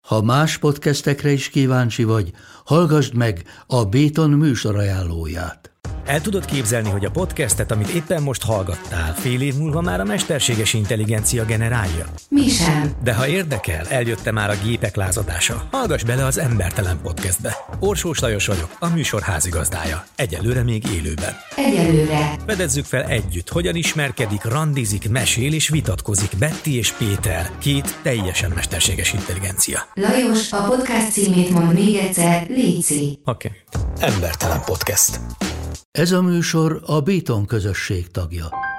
Ha más podcastekre is kíváncsi vagy, hallgassd meg a Béton műsor ajánlóját. El tudod képzelni, hogy a podcastet, amit éppen most hallgattál, fél év múlva már a mesterséges intelligencia generálja? Mi sem. De ha érdekel, eljött már a gépek lázadása. Hallgass bele az Embertelen Podcastbe. Orsós Lajos vagyok, a műsor házigazdája. Egyelőre még élőben. Egyelőre. Fedezzük fel együtt, hogyan ismerkedik, randizik, mesél és vitatkozik Betty és Péter, két teljesen mesterséges intelligencia. Lajos, a podcast címét mond még egyszer, léci. Oké. Okay. Embertelen Podcast. Ez a műsor a Béton közösség tagja.